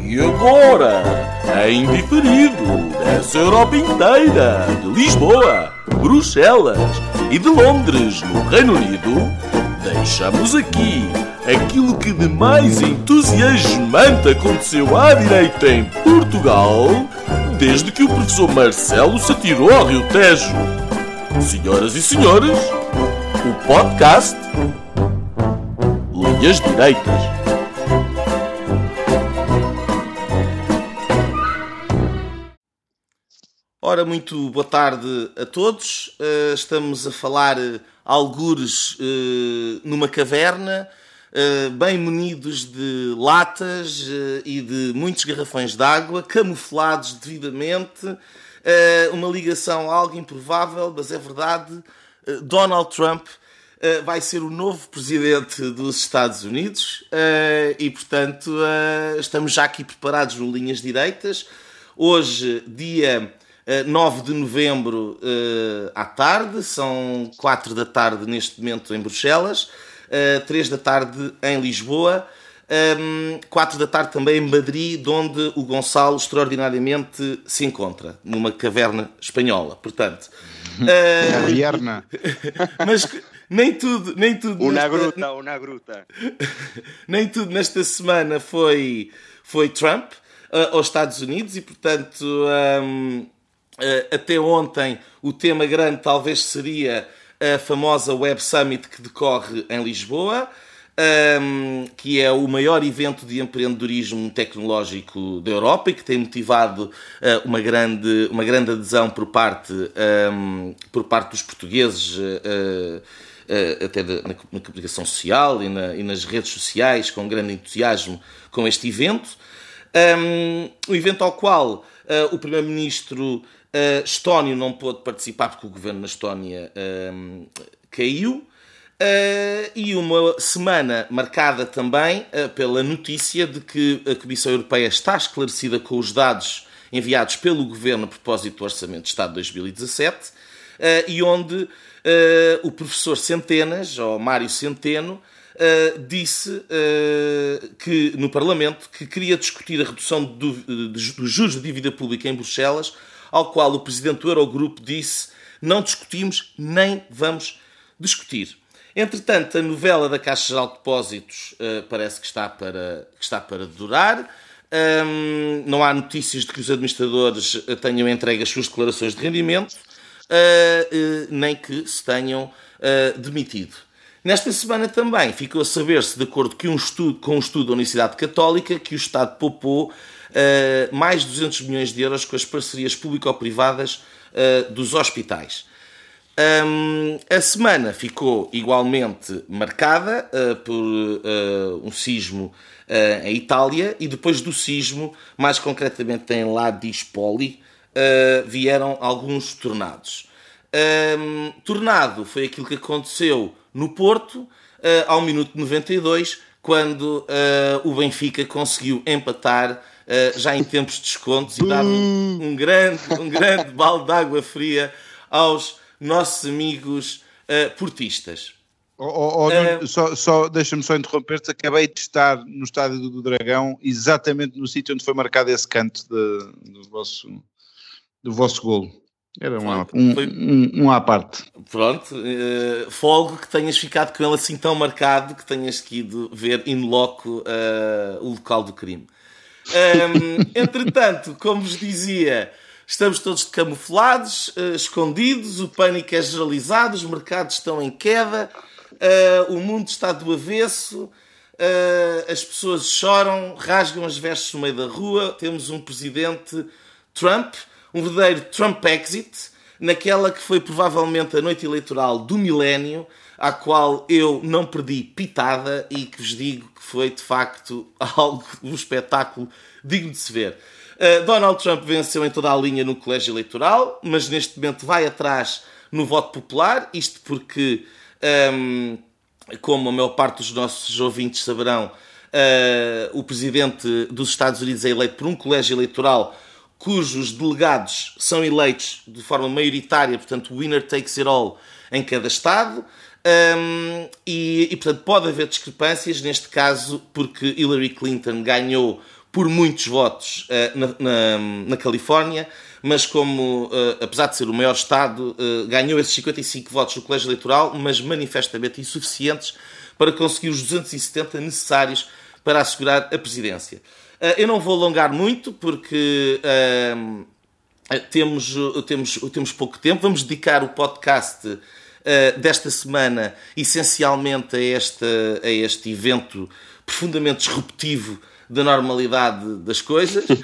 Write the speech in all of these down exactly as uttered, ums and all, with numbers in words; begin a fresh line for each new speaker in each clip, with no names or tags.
E agora, em diferido, dessa Europa inteira, de Lisboa, Bruxelas e de Londres, no Reino Unido, deixamos aqui aquilo que de mais entusiasmante aconteceu à direita em Portugal, desde que o professor Marcelo se atirou ao Rio Tejo. Senhoras e senhores, o podcast Linhas Direitas. Ora, muito boa tarde a todos. Uh, estamos a falar uh, algures uh, numa caverna, uh, bem munidos de latas uh, e de muitos garrafões de água, camuflados devidamente. Uh, uma ligação algo improvável, mas é verdade. Uh, Donald Trump uh, vai ser o novo presidente dos Estados Unidos uh, e, portanto, uh, estamos já aqui preparados no Linhas Direitas. Hoje, dia nove de novembro uh, à tarde, são quatro da tarde neste momento em Bruxelas, uh, três da tarde em Lisboa, um, quatro da tarde também em Madrid, onde o Gonçalo extraordinariamente se encontra, numa caverna espanhola. Portanto,
uh, Vierna.
Mas nem tudo, nem tudo.
Uma
nesta,
gruta, uma gruta.
Nem tudo nesta semana foi, foi Trump uh, aos Estados Unidos e, portanto, um, Uh, até ontem o tema grande talvez seria a famosa Web Summit que decorre em Lisboa, um, que é o maior evento de empreendedorismo tecnológico da Europa e que tem motivado uh, uma, grande, uma grande adesão por parte, um, por parte dos portugueses, uh, uh, até na, na comunicação social e, na, e nas redes sociais, com grande entusiasmo com este evento. Um, um evento ao qual uh, o primeiro-ministro Uh, estónio não pôde participar porque o governo na Estónia uh, caiu, uh, e uma semana marcada também uh, pela notícia de que a Comissão Europeia está esclarecida com os dados enviados pelo governo a propósito do Orçamento de Estado de dois mil e dezassete, uh, e onde uh, o professor Centenas, ou Mário Centeno, Uh, disse uh, que, no Parlamento, que queria discutir a redução do, de, dos juros de dívida pública em Bruxelas, ao qual o presidente do Eurogrupo disse: não discutimos, nem vamos discutir. Entretanto, a novela da Caixa Geral de Depósitos uh, parece que está para, que está para durar. Um, não há notícias de que os administradores tenham entregue as suas declarações de rendimento, uh, uh, nem que se tenham uh, demitido. Nesta semana também ficou a saber-se, de acordo com um estudo, com um estudo da Universidade Católica, que o Estado poupou uh, mais de duzentos milhões de euros com as parcerias público-privadas uh, dos hospitais. Um, a semana ficou igualmente marcada uh, por uh, um sismo uh, em Itália, e depois do sismo, mais concretamente em Ladispoli, uh, vieram alguns tornados. Um, tornado foi aquilo que aconteceu no Porto, uh, ao minuto noventa e dois, quando uh, o Benfica conseguiu empatar uh, já em tempos de descontos e dar um, um grande, um grande balde de água fria aos nossos amigos uh, portistas.
Oh, oh, oh, uh, só, só, deixa-me só interromper-te. Acabei de estar no Estádio do Dragão, exatamente no sítio onde foi marcado esse canto de, do, vosso, do vosso golo. Era um, um, um, um à parte.
Pronto, uh, folgo que tenhas ficado com ele assim tão marcado que tenhas que ido ver in loco uh, o local do crime. Um, entretanto, como vos dizia, estamos todos camuflados, uh, escondidos, o pânico é generalizado, os mercados estão em queda, uh, o mundo está do avesso, uh, as pessoas choram, rasgam as vestes no meio da rua, temos um presidente Trump, um verdadeiro Trump exit, naquela que foi provavelmente a noite eleitoral do milénio, à qual eu não perdi pitada e que vos digo que foi, de facto, algo, um espetáculo digno de se ver. Uh, Donald Trump venceu em toda a linha no colégio eleitoral, mas neste momento vai atrás no voto popular, isto porque, um, como a maior parte dos nossos ouvintes saberão, uh, o presidente dos Estados Unidos é eleito por um colégio eleitoral cujos delegados são eleitos de forma maioritária, portanto, winner takes it all em cada estado, um, e, e, portanto, pode haver discrepâncias, neste caso, porque Hillary Clinton ganhou por muitos votos uh, na, na, na Califórnia, mas como, uh, apesar de ser o maior Estado, uh, ganhou esses cinquenta e cinco votos no colégio eleitoral, mas manifestamente insuficientes para conseguir os duzentos e setenta necessários para assegurar a presidência. Uh, eu não vou alongar muito, porque uh, temos, temos, temos pouco tempo. Vamos dedicar o podcast uh, desta semana essencialmente a, esta, a este evento profundamente disruptivo da normalidade das coisas, uh,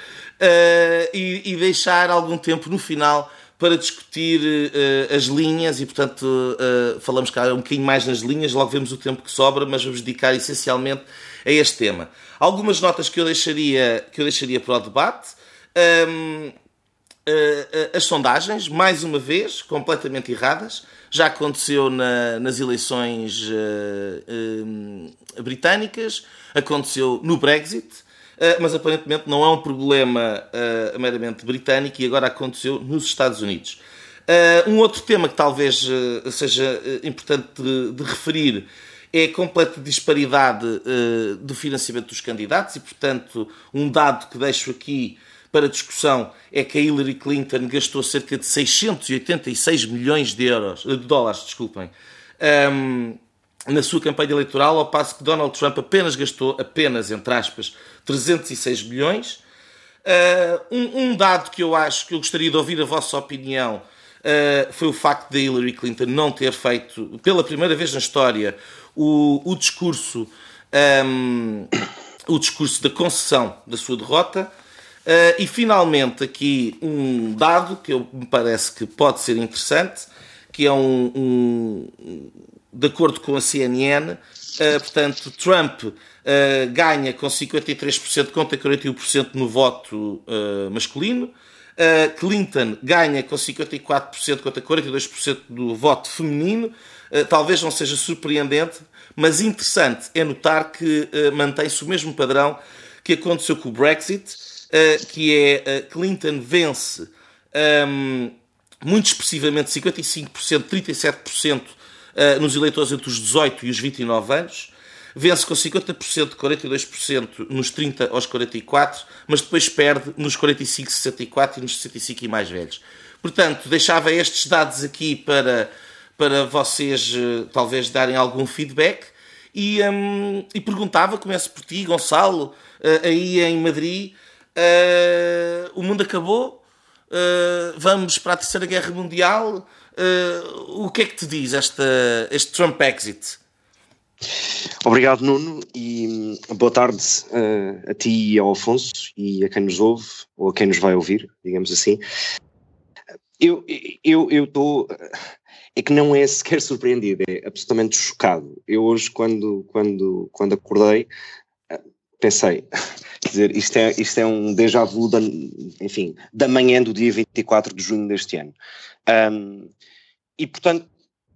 e, e deixar algum tempo no final para discutir uh, as linhas, e portanto uh, falamos cá um bocadinho mais nas linhas, logo vemos o tempo que sobra, mas vamos dedicar essencialmente a este tema. Algumas notas que eu deixaria, que eu deixaria para o debate. Um, uh, uh, as sondagens, mais uma vez, completamente erradas. Já aconteceu na, nas eleições uh, uh, britânicas, aconteceu no Brexit, uh, mas aparentemente não é um problema uh, meramente britânico, e agora aconteceu nos Estados Unidos. Uh, um outro tema que talvez uh, seja uh, importante de, de referir é a completa disparidade uh, do financiamento dos candidatos, e portanto um dado que deixo aqui para discussão é que a Hillary Clinton gastou cerca de seiscentos e oitenta e seis milhões de euros, de dólares, desculpem, um, na sua campanha eleitoral, ao passo que Donald Trump apenas gastou, apenas, entre aspas, trezentos e seis milhões. Uh, um, um dado que eu acho que eu gostaria de ouvir a vossa opinião uh, foi o facto de Hillary Clinton não ter feito, pela primeira vez na história, o, o discurso um, o discurso da concessão da sua derrota. Uh, e finalmente aqui um dado que eu, me parece que pode ser interessante, que é um, um de acordo com a C N N, uh, portanto Trump uh, ganha com cinquenta e três por cento contra quarenta e um por cento no voto uh, masculino, uh, Clinton ganha com cinquenta e quatro por cento contra quarenta e dois por cento do voto feminino. Uh, talvez não seja surpreendente, mas interessante é notar que uh, mantém-se o mesmo padrão que aconteceu com o Brexit, Uh, que é uh, Clinton vence um, muito expressivamente, cinquenta e cinco por cento, trinta e sete por cento uh, nos eleitores entre os dezoito e os vinte e nove anos, vence com cinquenta por cento, quarenta e dois por cento nos trinta aos quarenta e quatro, mas depois perde nos quarenta e cinco, sessenta e quatro e nos sessenta e cinco e mais velhos. Portanto, deixava estes dados aqui para, para vocês uh, talvez darem algum feedback, e, um, e perguntava, começo por ti, Gonçalo, uh, aí em Madrid. Uh, o mundo acabou, uh, vamos para a Terceira Guerra Mundial. Uh, o que é que te diz esta, este Trump exit?
Obrigado, Nuno, e boa tarde uh, a ti e ao Afonso, e a quem nos ouve, ou a quem nos vai ouvir, digamos assim. Eu eu eu estou, é que não é sequer surpreendido, é absolutamente chocado. Eu hoje, quando, quando, quando acordei, pensei, quer dizer, isto é, isto é um déjà vu da, enfim, da manhã do dia vinte e quatro de junho deste ano. Um, e, portanto,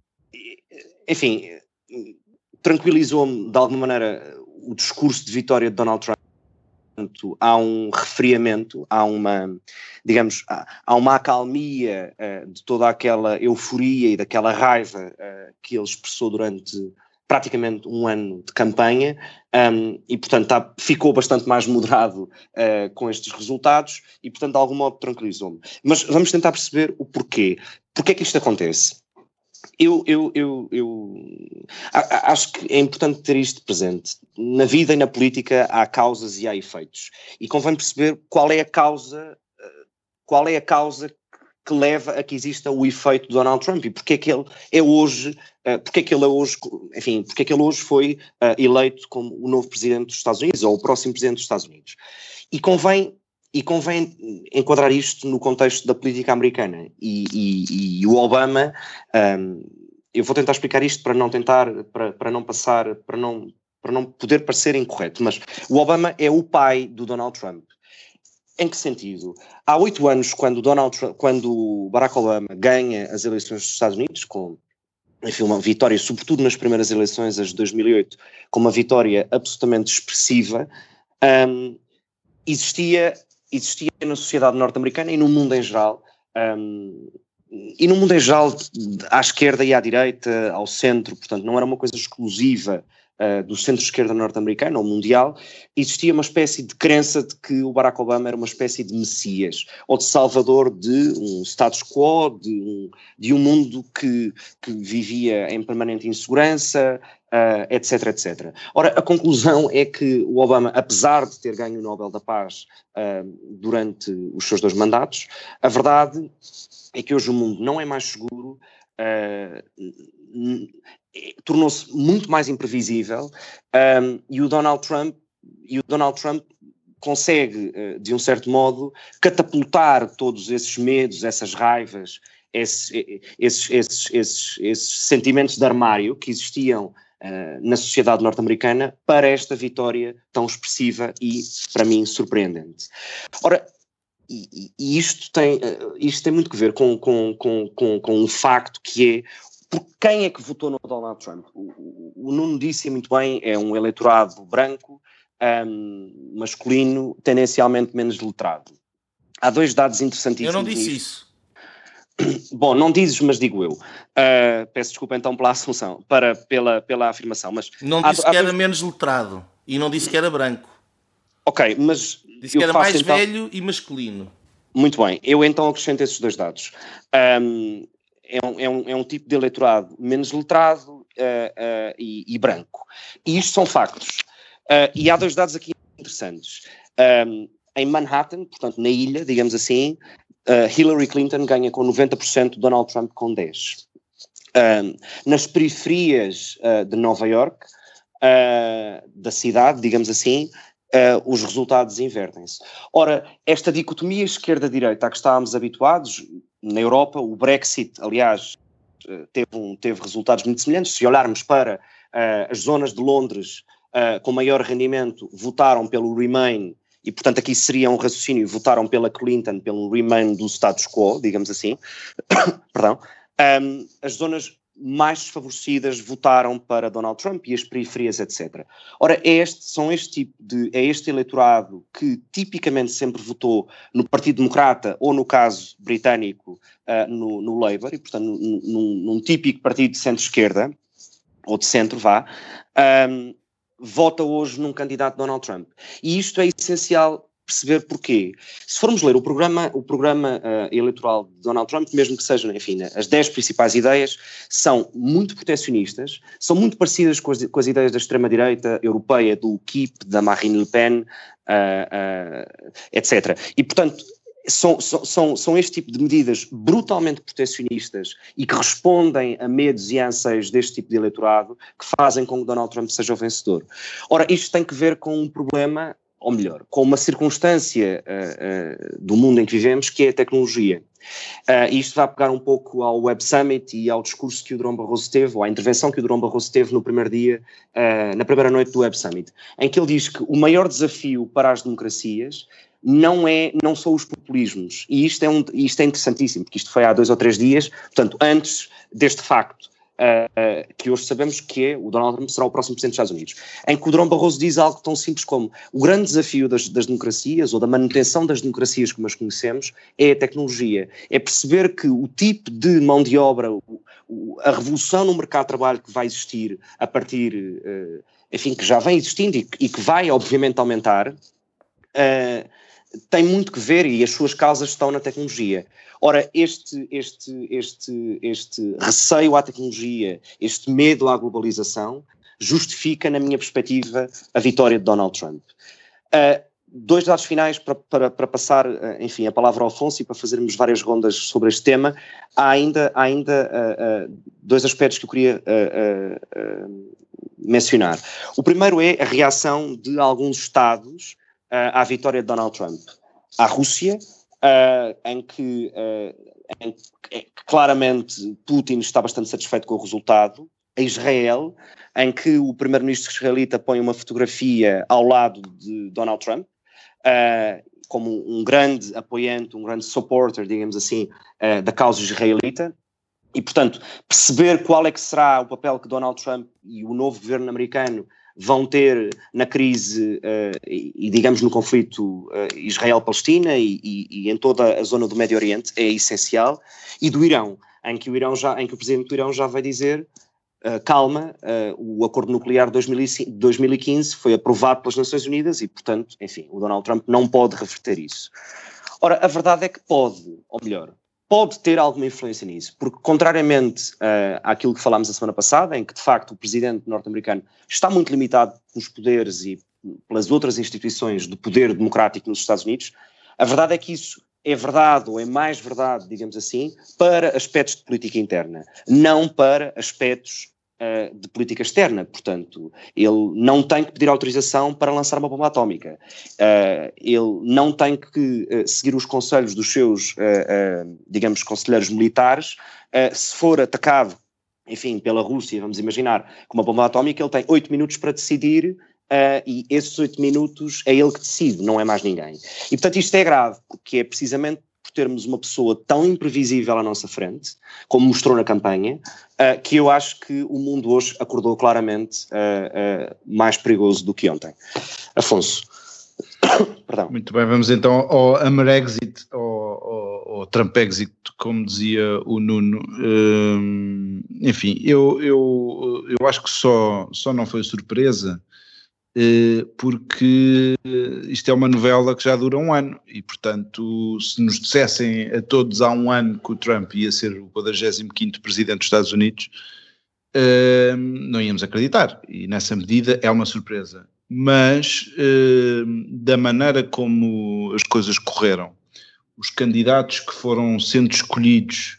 enfim, tranquilizou-me de alguma maneira o discurso de vitória de Donald Trump. Portanto, há um resfriamento, há uma, digamos, há, há uma acalmia uh, de toda aquela euforia e daquela raiva uh, que ele expressou durante praticamente um ano de campanha, um, e portanto tá, ficou bastante mais moderado uh, com estes resultados, e portanto de algum modo tranquilizou-me. Mas vamos tentar perceber o porquê. Porquê é que isto acontece? Eu, eu, eu, eu acho que é importante ter isto presente. Na vida e na política há causas e há efeitos, e convém perceber qual é a causa, qual é a causa que leva a que exista o efeito de Donald Trump, e porque é que ele é hoje, uh, porque é que ele é hoje, enfim, porque é que ele hoje foi uh, eleito como o novo presidente dos Estados Unidos, ou o próximo presidente dos Estados Unidos. E convém, e convém enquadrar isto no contexto da política americana, e, e, e o Obama, um, eu vou tentar explicar isto para não tentar, para, para não passar, para não, para não poder parecer incorreto, mas o Obama é o pai do Donald Trump. Em que sentido? Há oito anos, quando, Donald Trump, quando Barack Obama ganha as eleições dos Estados Unidos, com, enfim, uma vitória, sobretudo nas primeiras eleições, as de dois mil e oito, com uma vitória absolutamente expressiva, um, existia, existia na sociedade norte-americana e no mundo em geral, um, e no mundo em geral, à esquerda e à direita, ao centro, portanto, não era uma coisa exclusiva uh, do centro-esquerda norte-americano ou mundial, existia uma espécie de crença de que o Barack Obama era uma espécie de messias, ou de salvador de um status quo, de um, de um mundo que, que vivia em permanente insegurança, uh, etc, etcétera. Ora, a conclusão é que o Obama, apesar de ter ganho o Nobel da Paz uh, durante os seus dois mandatos, a verdade é que hoje o mundo não é mais seguro, uh, tornou-se muito mais imprevisível, um, e o Donald Trump, e o Donald Trump consegue, uh, de um certo modo, catapultar todos esses medos, essas raivas, esses, esses, esses, esses, esses sentimentos de armário que existiam Uh, na sociedade norte-americana para esta vitória tão expressiva e, para mim, surpreendente. Ora, e, e isto, tem, uh, isto tem muito que ver com, com, com, com, com um facto que é por quem é que votou no Donald Trump. O, o, o Nuno disse muito bem, é um eleitorado branco, um, masculino, tendencialmente menos letrado. Há dois dados interessantíssimos.
Eu não disse
nisto.
isso.
Bom, não dizes, mas digo eu. Uh, peço desculpa então pela assunção, para, pela, pela afirmação. Mas
não disse há, que há era dois... menos letrado e não disse que era branco.
Ok, mas...
Disse que era mais então... velho e masculino.
Muito bem, eu então acrescento esses dois dados. Um, é, um, é, um, é um tipo de eleitorado menos letrado uh, uh, e, e branco. E isto são factos. Uh, e há dois dados aqui interessantes. Um, em Manhattan, portanto na ilha, digamos assim, Uh, Hillary Clinton ganha com noventa por cento, Donald Trump com dez por cento. Uh, nas periferias uh, de Nova York, uh, da cidade, digamos assim, uh, os resultados invertem-se. Ora, esta dicotomia esquerda-direita a que estávamos habituados, na Europa, o Brexit, aliás, uh, teve, um, teve resultados muito semelhantes. Se olharmos para uh, as zonas de Londres uh, com maior rendimento, votaram pelo Remain. E, portanto, aqui seria um raciocínio, votaram pela Clinton, pelo remain do status quo, digamos assim. Perdão. Um, as zonas mais desfavorecidas votaram para Donald Trump e as periferias, etcétera. Ora, é este, são este tipo de, é este eleitorado que tipicamente sempre votou no Partido Democrata ou, no caso britânico, uh, no, no Labour, e, portanto, num, num, num típico partido de centro-esquerda, ou de centro, vá, um, vota hoje num candidato Donald Trump. E isto é essencial perceber porquê. Se formos ler o programa, o programa uh, eleitoral de Donald Trump, mesmo que sejam, enfim, as dez principais ideias, são muito protecionistas, são muito parecidas com as, com as ideias da extrema-direita europeia, do U K I P, da Marine Le Pen, uh, uh, etcétera. E, portanto, São, são, são este tipo de medidas brutalmente protecionistas e que respondem a medos e anseios deste tipo de eleitorado que fazem com que Donald Trump seja o vencedor. Ora, isto tem que ver com um problema, ou melhor, com uma circunstância uh, uh, do mundo em que vivemos, que é a tecnologia. Uh, e isto vai pegar um pouco ao Web Summit e ao discurso que o Durão Barroso teve, ou à intervenção que o Durão Barroso teve no primeiro dia, uh, na primeira noite do Web Summit, em que ele diz que o maior desafio para as democracias não, é, não são os populismos, e isto é, um, isto é interessantíssimo, porque isto foi há dois ou três dias, portanto, antes deste facto, uh, uh, que hoje sabemos que é, o Donald Trump será o próximo presidente dos Estados Unidos, em que o Durão Barroso diz algo tão simples como o grande desafio das, das democracias, ou da manutenção das democracias como as conhecemos, é a tecnologia, é perceber que o tipo de mão de obra, o, o, a revolução no mercado de trabalho que vai existir a partir, uh, enfim, que já vem existindo e, e que vai, obviamente, aumentar, uh, tem muito que ver, e as suas causas estão na tecnologia. Ora, este, este, este, este receio à tecnologia, este medo à globalização, justifica, na minha perspectiva, a vitória de Donald Trump. Uh, dois dados finais para, para, para passar, uh, enfim, a palavra ao Afonso e para fazermos várias rondas sobre este tema. Há ainda, há ainda uh, uh, dois aspectos que eu queria uh, uh, uh, mencionar. O primeiro é a reação de alguns Estados à vitória de Donald Trump. À Rússia, uh, em, que, uh, em que claramente Putin está bastante satisfeito com o resultado. A Israel, em que o primeiro-ministro israelita põe uma fotografia ao lado de Donald Trump, uh, como um grande apoiante, um grande supporter, digamos assim, uh, da causa israelita. E, portanto, perceber qual é que será o papel que Donald Trump e o novo governo americano vão ter na crise uh, e, e, digamos, no conflito uh, Israel-Palestina e, e, e em toda a zona do Médio Oriente é essencial, e do Irão, em que o, Irão já, em que o presidente do Irão já vai dizer Uh, calma, uh, o acordo nuclear de dois mil e quinze foi aprovado pelas Nações Unidas e, portanto, enfim, o Donald Trump não pode reverter isso. Ora, a verdade é que pode, ou melhor, pode ter alguma influência nisso, porque contrariamente uh, àquilo que falámos a semana passada, em que de facto o presidente norte-americano está muito limitado pelos poderes e pelas outras instituições de poder democrático nos Estados Unidos, a verdade é que isso é verdade, ou é mais verdade, digamos assim, para aspectos de política interna, não para aspectos uh, de política externa. Portanto, ele não tem que pedir autorização para lançar uma bomba atómica. Uh, ele não tem que uh, seguir os conselhos dos seus, uh, uh, digamos, conselheiros militares. Uh, se for atacado, enfim, pela Rússia, vamos imaginar, com uma bomba atómica, ele tem oito minutos para decidir. Uh, e esses oito minutos é ele que decide, não é mais ninguém. E portanto isto é grave, porque é precisamente por termos uma pessoa tão imprevisível à nossa frente, como mostrou na campanha, uh, que eu acho que o mundo hoje acordou claramente uh, uh, mais perigoso do que ontem. Afonso. Perdão.
Muito bem, vamos então ao Amerexit, ao, ao, ao Trumpexit, como dizia o Nuno. Uh, enfim, eu, eu, eu acho que só, só não foi surpresa, porque isto é uma novela que já dura um ano e, portanto, se nos dissessem a todos há um ano que o Trump ia ser o quadragésimo quinto presidente dos Estados Unidos, não íamos acreditar, e nessa medida é uma surpresa. Mas da maneira como as coisas correram, os candidatos que foram sendo escolhidos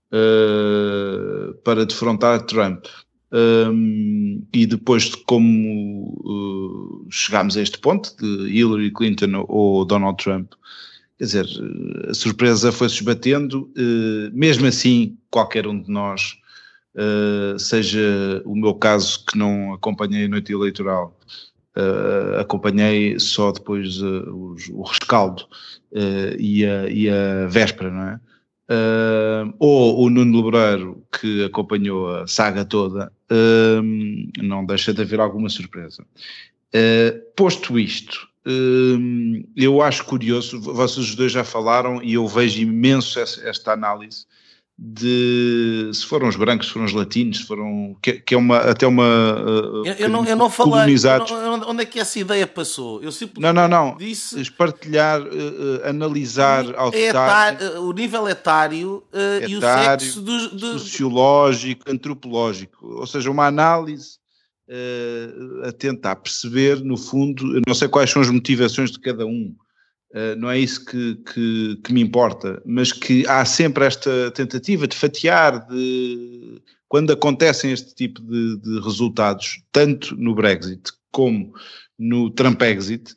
para defrontar Trump, Um, e depois de como uh, chegámos a este ponto de Hillary Clinton ou Donald Trump, quer dizer, a surpresa foi-se esbatendo, uh, mesmo assim qualquer um de nós, uh, seja o meu caso que não acompanhei a noite eleitoral, uh, acompanhei só depois uh, os, o rescaldo uh, e, a, e a véspera, não é? Uh, ou o Nuno Lebreiro, que acompanhou a saga toda, uh, não deixa de haver alguma surpresa. Uh, posto isto, uh, eu acho curioso, vocês os dois já falaram e eu vejo imenso essa, esta análise de se foram os brancos, se foram os latinos, se foram, que, que é uma, até uma uh,
eu, eu, não, eu não falei, eu não, onde é que essa ideia passou? Eu
não, não, não, disse espartilhar, uh, uh, analisar ao detalhe,
o nível etário, uh,
etário
e o sexo do, do,
sociológico, antropológico, ou seja, uma análise uh, a tentar perceber, no fundo, eu não sei quais são as motivações de cada um. Uh, não é isso que, que, que me importa, mas que há sempre esta tentativa de fatiar, de, quando acontecem este tipo de, de resultados, tanto no Brexit como no Trumpexit,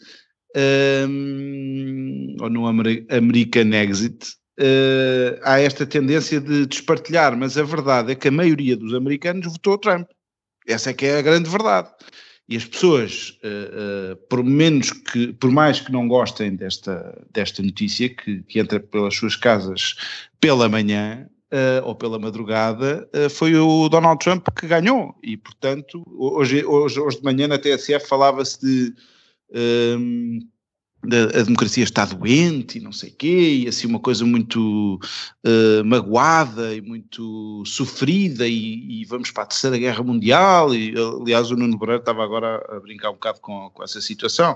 um, ou no Amer- American Exit, uh, há esta tendência de despartilhar, mas a verdade é que a maioria dos americanos votou Trump. Essa é que é a grande verdade. E as pessoas, uh, uh, por menos que, por mais que não gostem desta, desta notícia, que, que entra pelas suas casas pela manhã uh, ou pela madrugada, uh, foi o Donald Trump que ganhou. E, portanto, hoje, hoje, hoje de manhã na T S F falava-se de... Um, a democracia está doente e não sei o quê, e assim uma coisa muito uh, magoada e muito sofrida, e, e vamos para a Terceira Guerra Mundial, e aliás o Nuno Breiro estava agora a brincar um bocado com, com essa situação,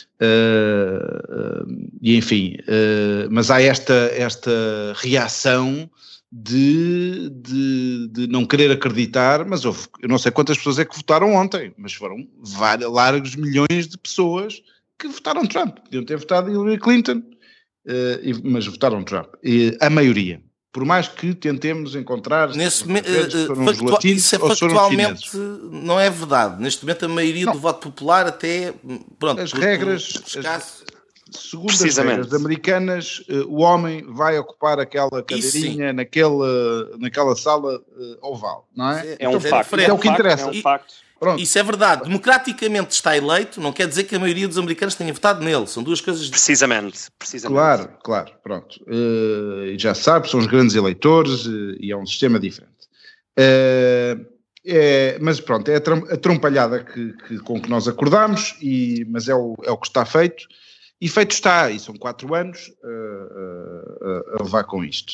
uh, uh, e enfim, uh, mas há esta, esta reação de, de, de não querer acreditar, mas houve, eu não sei quantas pessoas é que votaram ontem, mas foram vários, largos milhões de pessoas que votaram Trump. Podiam ter votado Hillary Clinton, uh, mas votaram Trump. E a maioria. Por mais que tentemos encontrar...
Nesse me, uh, factual, isso é factualmente não é verdade. Neste momento a maioria não. do voto popular até... Pronto,
as regras... As, segundo as regras americanas, uh, o homem vai ocupar aquela cadeirinha naquela, naquela sala uh, oval, não é?
É um então, facto.
É, é o que interessa.
É um facto.
Pronto. Isso é verdade. Democraticamente está eleito, não quer dizer que a maioria dos americanos tenha votado nele. São duas coisas...
Precisamente. precisamente.
Claro, claro. Pronto. Uh, já sabe, são os grandes eleitores uh, e é um sistema diferente. Uh, é, mas pronto, é a trompalhada que, que, com que nós acordamos, e, mas é o, é o que está feito. E feito está, e são quatro anos uh, uh, a levar com isto.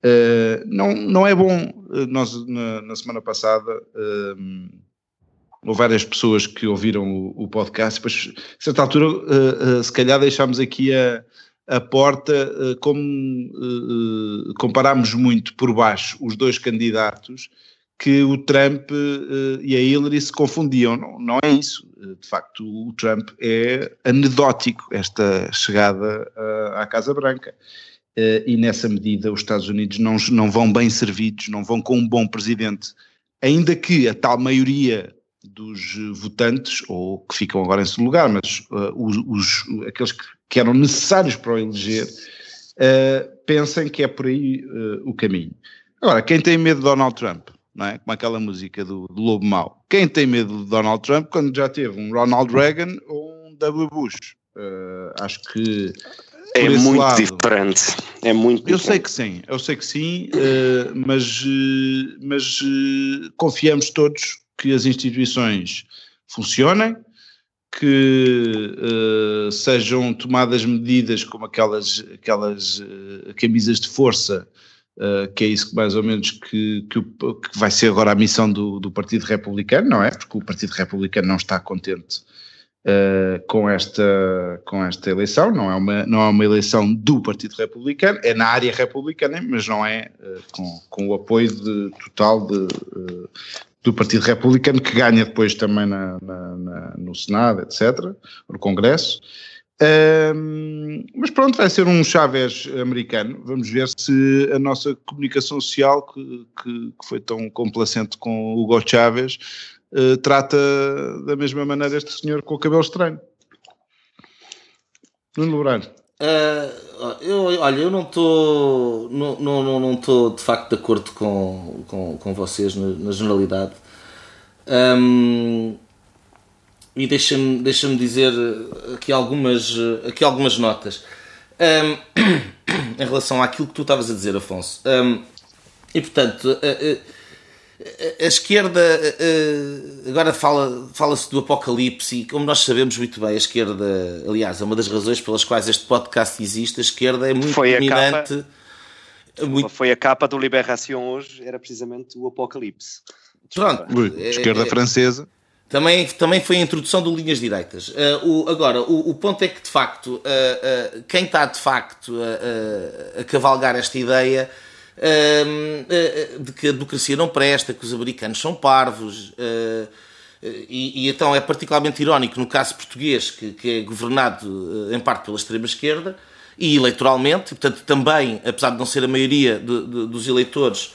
Uh, não, não é bom. Nós, na, na semana passada, uh, houve várias pessoas que ouviram o, o podcast, depois, a certa altura, uh, uh, se calhar deixámos aqui a, a porta, uh, como uh, uh, comparámos muito por baixo os dois candidatos, que o Trump uh, e a Hillary se confundiam. Não, não é isso. De facto, o Trump é anedótico, esta chegada uh, à Casa Branca. Uh, e nessa medida os Estados Unidos não, não vão bem servidos, não vão com um bom presidente, ainda que a tal maioria dos votantes, ou que ficam agora em segundo lugar, mas uh, os, os, aqueles que, que eram necessários para o eleger, uh, pensem que é por aí uh, o caminho. Agora, quem tem medo de Donald Trump, não é? Como aquela música do, do Lobo Mau, quem tem medo de Donald Trump quando já teve um Ronald Reagan ou um W. Bush? Uh, acho que
é muito lado, diferente. É muito
eu
diferente.
sei que sim, eu sei que sim, uh, mas, uh, mas uh, confiamos todos que as instituições funcionem, que uh, sejam tomadas medidas como aquelas, aquelas uh, camisas de força, uh, que é isso que mais ou menos que, que, que vai ser agora a missão do, do Partido Republicano, não é? Porque o Partido Republicano não está contente Uh, com, esta, com esta eleição, não é, uma, não é uma eleição do Partido Republicano, é na área republicana, mas não é uh, com, com o apoio de, total de, uh, do Partido Republicano, que ganha depois também na, na, na, no Senado, etcétera, no Congresso. Uh, mas pronto, vai ser um Chávez americano. Vamos ver se a nossa comunicação social, que, que, que foi tão complacente com o Hugo Chávez, Uh, trata da mesma maneira este senhor com o cabelo estranho. Nuno Lobrano.
Uh, eu, olha, eu não estou não, não, não estou de facto de acordo com, com, com vocês na, na generalidade. Um, e deixa-me, deixa-me dizer aqui algumas, aqui algumas notas um, em relação àquilo que tu estavas a dizer, Afonso. Um, e portanto... Uh, uh, A esquerda, agora fala, fala-se do apocalipse e, como nós sabemos muito bem, a esquerda, aliás, é uma das razões pelas quais este podcast existe, a esquerda é muito
foi
dominante.
A capa, muito... Foi a capa do Libération hoje, era precisamente o apocalipse.
Pronto. Ui, esquerda é, francesa.
Também, também foi a introdução do Linhas Direitas. Uh, o, agora, o, o ponto é que, de facto, uh, uh, quem está, de facto, a, a, a cavalgar esta ideia... de que a democracia não presta, que os americanos são parvos, e, e então é particularmente irónico no caso português, que, que é governado em parte pela extrema-esquerda, e eleitoralmente, e, portanto também, apesar de não ser a maioria de, de, dos eleitores,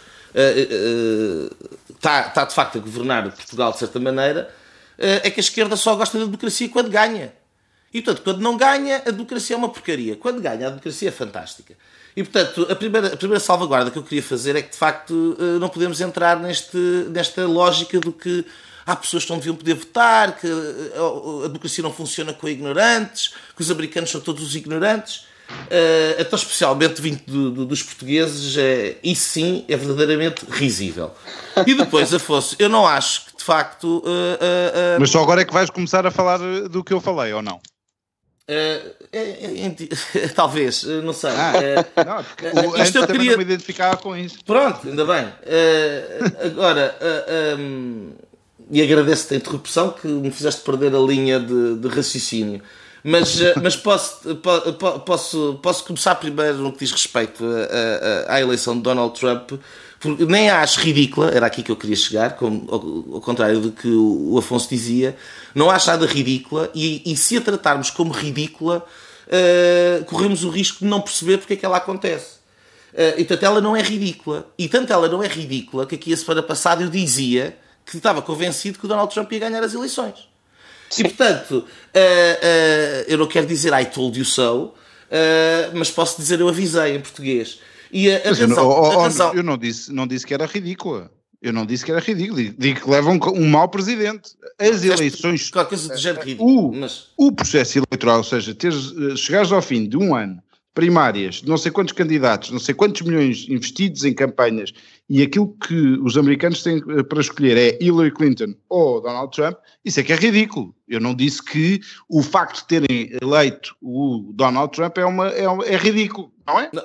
está, está de facto a governar Portugal de certa maneira, é que a esquerda só gosta da democracia quando ganha. E portanto, quando não ganha, a democracia é uma porcaria. Quando ganha, a democracia é fantástica. E, portanto, a primeira, a primeira salvaguarda que eu queria fazer é que, de facto, não podemos entrar neste, nesta lógica do que há pessoas que não deviam poder votar, que a democracia não funciona com ignorantes, que os americanos são todos os ignorantes. Então, especialmente vindo do, do, dos portugueses, é, isso sim é verdadeiramente risível. E depois, Afonso, eu não acho que, de facto... Uh, uh, uh,
Mas só agora é que vais começar a falar do que eu falei, ou não?
Uh, é, é, é, talvez, não sei.
Ah,
uh,
não, porque uh, isto eu queria não me identificar com isso.
Pronto, ainda bem. Uh, agora, uh, um, e agradeço-te a interrupção que me fizeste perder a linha de, de raciocínio. Mas, uh, mas posso, po, posso, posso começar primeiro no que diz respeito a, a, à eleição de Donald Trump, porque nem a acho ridícula, era aqui que eu queria chegar, como, ao, ao contrário do que o Afonso dizia, não acho nada ridícula, e, e se a tratarmos como ridícula, uh, corremos o risco de não perceber porque é que ela acontece. Uh, e portanto ela não é ridícula, e tanto ela não é ridícula que aqui a semana passada eu dizia que estava convencido que o Donald Trump ia ganhar as eleições. Sim. E portanto, uh, uh, eu não quero dizer I told you so, uh, mas posso dizer eu avisei em português. E a, a razão,
eu, não, oh,
a razão...
eu não disse, não disse que era ridícula. Eu não disse que era ridículo. Digo que levam um, um mau presidente. As eleições...
Qualquer coisa de género ridículo.
O,
mas...
o processo eleitoral, ou seja, teres, chegares ao fim de um ano, primárias, não sei quantos candidatos, não sei quantos milhões investidos em campanhas, e aquilo que os americanos têm para escolher é Hillary Clinton ou Donald Trump, isso é que é ridículo. Eu não disse que o facto de terem eleito o Donald Trump é, uma, é, é ridículo, não é?
Não.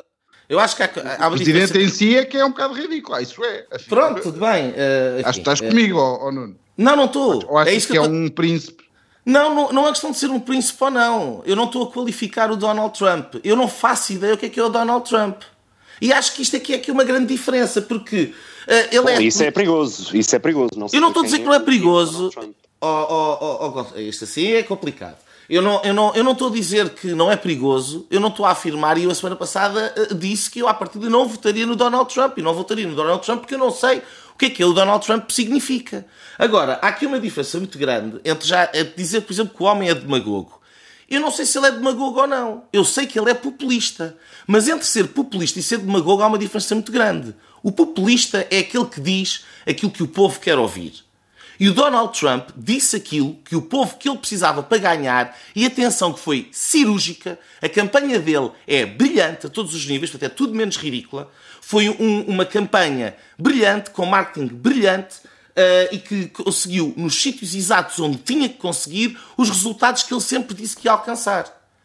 Eu acho que há, há
o presidente diferença... em si é que é um bocado ridículo. Ah, isso é. Afim,
Pronto, tudo bem. Uh, enfim,
acho que estás uh... comigo, ou, ou não?
Não, não estou.
Ou achas é isso que, que é tô... um príncipe?
Não, não, não é questão de ser um príncipe ou não. Eu não estou a qualificar o Donald Trump. Eu não faço ideia o que é que é o Donald Trump. E acho que isto aqui é aqui uma grande diferença, porque uh, ele
Bom,
é...
Isso é perigoso, isso é perigoso. Não
eu não estou a dizer que não é perigoso. Oh, oh, oh, oh, isto assim é complicado. Eu não, eu, não, eu não estou a dizer que não é perigoso, eu não estou a afirmar, e eu a semana passada uh, disse que eu à partida não votaria no Donald Trump, e não votaria no Donald Trump porque eu não sei o que é que o Donald Trump significa. Agora, há aqui uma diferença muito grande entre já entre dizer, por exemplo, que o homem é demagogo. Eu não sei se ele é demagogo ou não. Eu sei que ele é populista. Mas entre ser populista e ser demagogo há uma diferença muito grande. O populista é aquele que diz aquilo que o povo quer ouvir. E o Donald Trump disse aquilo que o povo que ele precisava para ganhar, e atenção que foi cirúrgica, a campanha dele é brilhante a todos os níveis, portanto é tudo menos ridícula, foi um, uma campanha brilhante, com marketing brilhante, uh, e que conseguiu, nos sítios exatos onde tinha que conseguir, os resultados que ele sempre disse que ia alcançar.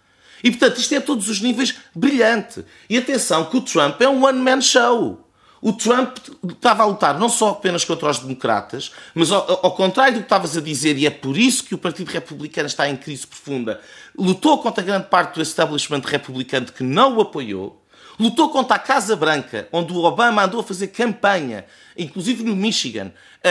E portanto isto é a todos os níveis brilhante. E atenção que o Trump é um one-man show. O Trump estava a lutar não só apenas contra os democratas, mas ao, ao contrário do que estavas a dizer, e é por isso que o Partido Republicano está em crise profunda, lutou contra grande parte do establishment republicano que não o apoiou, lutou contra a Casa Branca, onde o Obama andou a fazer campanha, inclusive no Michigan,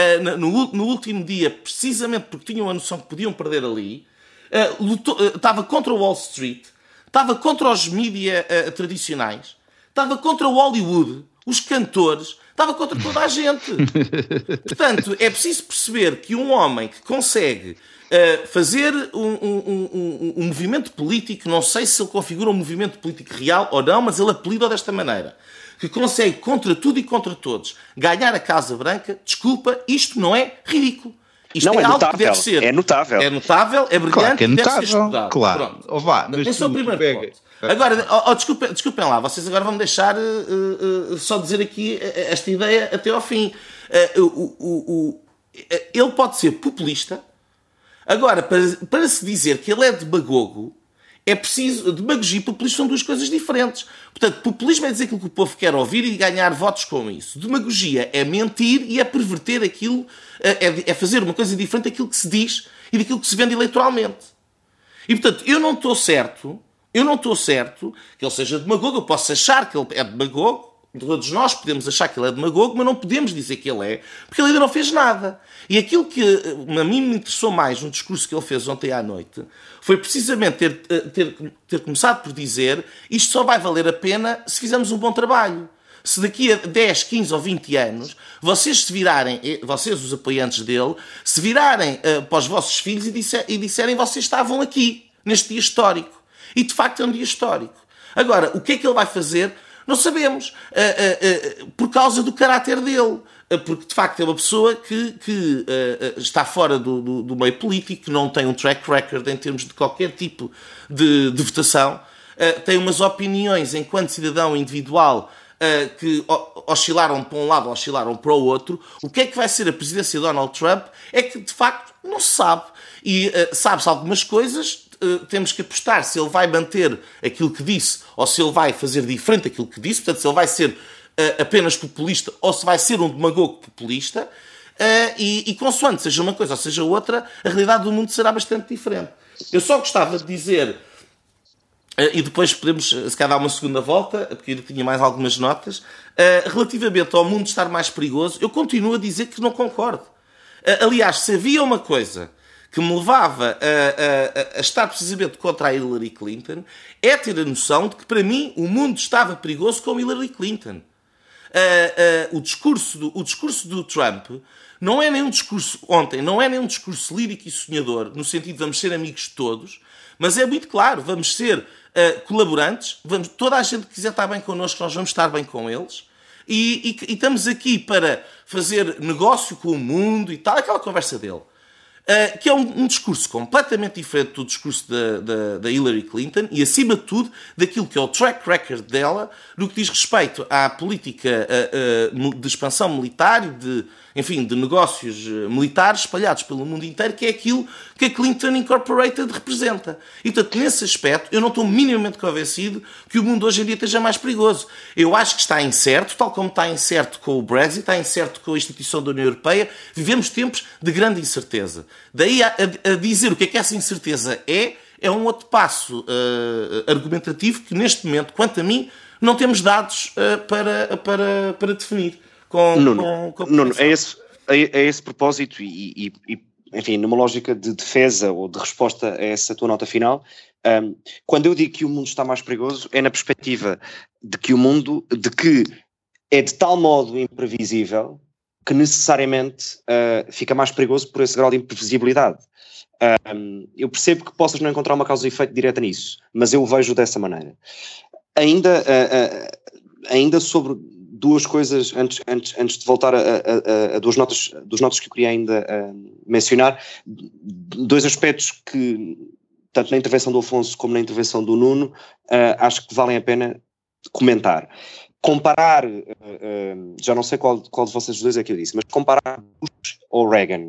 no, no último dia, precisamente porque tinham a noção que podiam perder ali, lutou, estava contra o Wall Street, estava contra os mídia tradicionais, estava contra o Hollywood, os cantores, estava contra toda a gente. Portanto, é preciso perceber que um homem que consegue uh, fazer um, um, um, um movimento político, não sei se ele configura um movimento político real ou não, mas ele apelida desta maneira, que consegue, contra tudo e contra todos, ganhar a Casa Branca, desculpa, isto não é ridículo. Isto
não,
é,
é
algo
notável,
que deve ser.
É notável.
É notável, é brilhante,
claro que é notável,
deve ser estudado.
Claro. Oh, vá, mas
esse é o primeiro pega. ponto. Agora, oh, oh, desculpem, desculpem lá, vocês agora vão me deixar uh, uh, só dizer aqui esta ideia até ao fim. Uh, uh, uh, uh, uh, ele pode ser populista. Agora, para, para se dizer que ele é demagogo, é preciso... Demagogia e populismo são duas coisas diferentes. Portanto, populismo é dizer aquilo que o povo quer ouvir e ganhar votos com isso. Demagogia é mentir e é perverter aquilo, é, é fazer uma coisa diferente daquilo que se diz e daquilo que se vende eleitoralmente. E, portanto, eu não estou certo... Eu não estou certo que ele seja demagogo. Eu posso achar que ele é demagogo. Todos nós podemos achar que ele é demagogo, mas não podemos dizer que ele é, porque ele ainda não fez nada. E aquilo que a mim me interessou mais no discurso que ele fez ontem à noite foi precisamente ter, ter, ter começado por dizer isto só vai valer a pena se fizermos um bom trabalho. Se daqui a dez, quinze ou vinte anos vocês se virarem, vocês os apoiantes dele, se virarem uh, para os vossos filhos e, disser, e disserem vocês estavam aqui, neste dia histórico. E, de facto, é um dia histórico. Agora, o que é que ele vai fazer? Não sabemos. Uh, uh, uh, por causa do caráter dele. Uh, porque, de facto, é uma pessoa que, que uh, uh, está fora do, do, do meio político, que não tem um track record em termos de qualquer tipo de, de votação. Uh, tem umas opiniões, enquanto cidadão individual, uh, que oscilaram para um lado, oscilaram para o outro. O que é que vai ser a presidência de Donald Trump é que, de facto, não se sabe. E uh, sabe-se algumas coisas... Uh, temos que apostar se ele vai manter aquilo que disse ou se ele vai fazer diferente daquilo que disse, portanto se ele vai ser uh, apenas populista ou se vai ser um demagogo populista, uh, e, e consoante seja uma coisa ou seja outra, a realidade do mundo será bastante diferente. Eu só gostava de dizer, uh, e depois podemos se calhar dar uma segunda volta, porque eu tinha mais algumas notas, uh, relativamente ao mundo estar mais perigoso, eu continuo a dizer que não concordo. Uh, aliás, se havia uma coisa que me levava a, a, a estar precisamente contra a Hillary Clinton, é ter a noção de que, para mim, o mundo estava perigoso com Hillary Clinton. Uh, uh, o, discurso do, o discurso do Trump não é nem um discurso, ontem, não é nem um discurso lírico e sonhador, no sentido de vamos ser amigos de todos, mas é muito claro, vamos ser uh, colaborantes, vamos, toda a gente que quiser estar bem connosco, nós vamos estar bem com eles, e, e, e estamos aqui para fazer negócio com o mundo e tal, aquela conversa dele. Uh, que é um, um discurso completamente diferente do discurso da, da, da Hillary Clinton e, acima de tudo, daquilo que é o track record dela no que diz respeito à política uh, uh, de expansão militar e de, enfim, de negócios militares espalhados pelo mundo inteiro, que é aquilo que a Clinton Incorporated representa. E, portanto, nesse aspecto, eu não estou minimamente convencido que o mundo hoje em dia esteja mais perigoso. Eu acho que está incerto, tal como está incerto com o Brexit, está incerto com a instituição da União Europeia. Vivemos tempos de grande incerteza. Daí a, a, a dizer o que é que essa incerteza é, é um outro passo uh, argumentativo que, neste momento, quanto a mim, não temos dados uh, para, para, para definir. Com,
Nuno,
com, com
Nuno, é, esse, é, é esse propósito e, e, e, enfim, numa lógica de defesa ou de resposta a essa tua nota final, um, quando eu digo que o mundo está mais perigoso, é na perspectiva de que o mundo, de que é de tal modo imprevisível que necessariamente uh, fica mais perigoso por esse grau de imprevisibilidade. Um, eu percebo que possas não encontrar uma causa e efeito direta nisso, mas eu o vejo dessa maneira. Ainda, uh, uh, ainda sobre duas coisas, antes, antes, antes de voltar a, a, a, a duas notas, duas notas que eu queria ainda uh, mencionar, dois aspectos que, tanto na intervenção do Afonso como na intervenção do Nuno, uh, acho que valem a pena comentar. Comparar, uh, uh, já não sei qual, qual de vocês dois é que eu disse, mas comparar Bush ou Reagan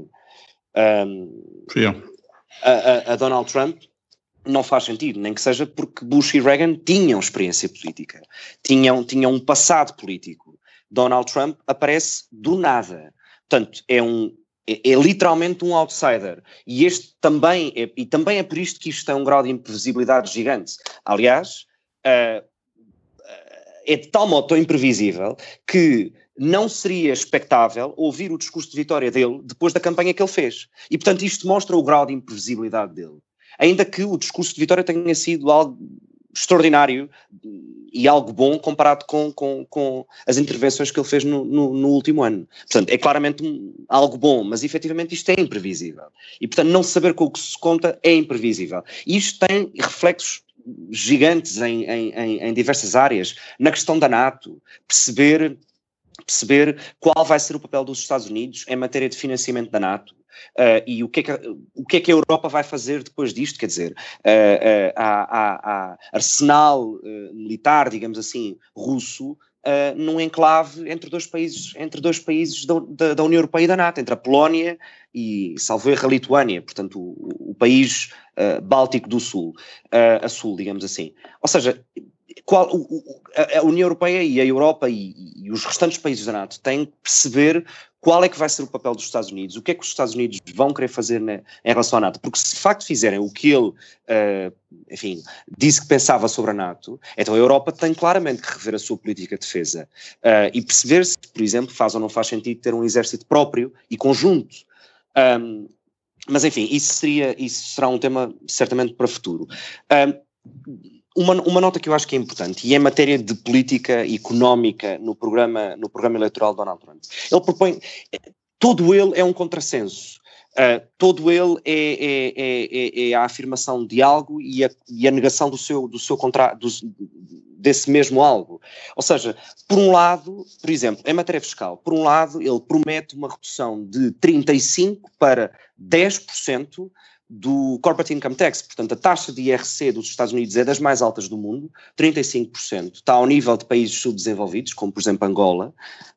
um, a, a, a Donald Trump não faz sentido, nem que seja porque Bush e Reagan tinham experiência política, tinham, tinham um passado político. Donald Trump aparece do nada, portanto é, um, é, é literalmente um outsider, e este também é, e também é por isto que isto tem um grau de imprevisibilidade gigante. Aliás, uh, é de tal modo tão imprevisível que não seria expectável ouvir o discurso de vitória dele depois da campanha que ele fez. E, portanto, isto mostra o grau de imprevisibilidade dele. Ainda que o discurso de vitória tenha sido algo extraordinário e algo bom comparado com, com, com as intervenções que ele fez no, no, no último ano. Portanto, é claramente um, algo bom, mas efetivamente isto é imprevisível. E, portanto, não saber com o que se conta é imprevisível. E isto tem reflexos gigantes em, em, em, em diversas áreas. Na questão da NATO, perceber, perceber qual vai ser o papel dos Estados Unidos em matéria de financiamento da NATO. Uh, e o que, é que, o que é que a Europa vai fazer depois disto, quer dizer, uh, uh, há, há, há arsenal uh, militar, digamos assim, russo, uh, num enclave entre dois países, entre dois países da, da, da União Europeia e da NATO, entre a Polónia e, salvo erro, a Lituânia, portanto o, o país uh, báltico do sul, uh, a sul, digamos assim. Ou seja, qual, o, o, a União Europeia e a Europa e, e os restantes países da NATO têm que perceber qual é que vai ser o papel dos Estados Unidos, o que é que os Estados Unidos vão querer fazer na, em relação à NATO, porque se de facto fizerem o que ele, uh, enfim, disse que pensava sobre a NATO, então a Europa tem claramente que rever a sua política de defesa uh, e perceber se, por exemplo, faz ou não faz sentido ter um exército próprio e conjunto. Um, mas enfim, isso, seria, isso será um tema certamente para o futuro. Um, Uma, uma nota que eu acho que é importante, e é matéria de política económica no programa, no programa eleitoral de Donald Trump. Ele propõe, todo ele é um contrassenso, uh, todo ele é, é, é, é a afirmação de algo e a, e a negação do seu, do seu contra, do, desse mesmo algo. Ou seja, por um lado, por exemplo, em matéria fiscal, por um lado ele promete uma redução de trinta e cinco por cento para dez por cento do Corporate Income Tax, portanto a taxa de I R C dos Estados Unidos é das mais altas do mundo, trinta e cinco por cento, está ao nível de países subdesenvolvidos, como por exemplo Angola,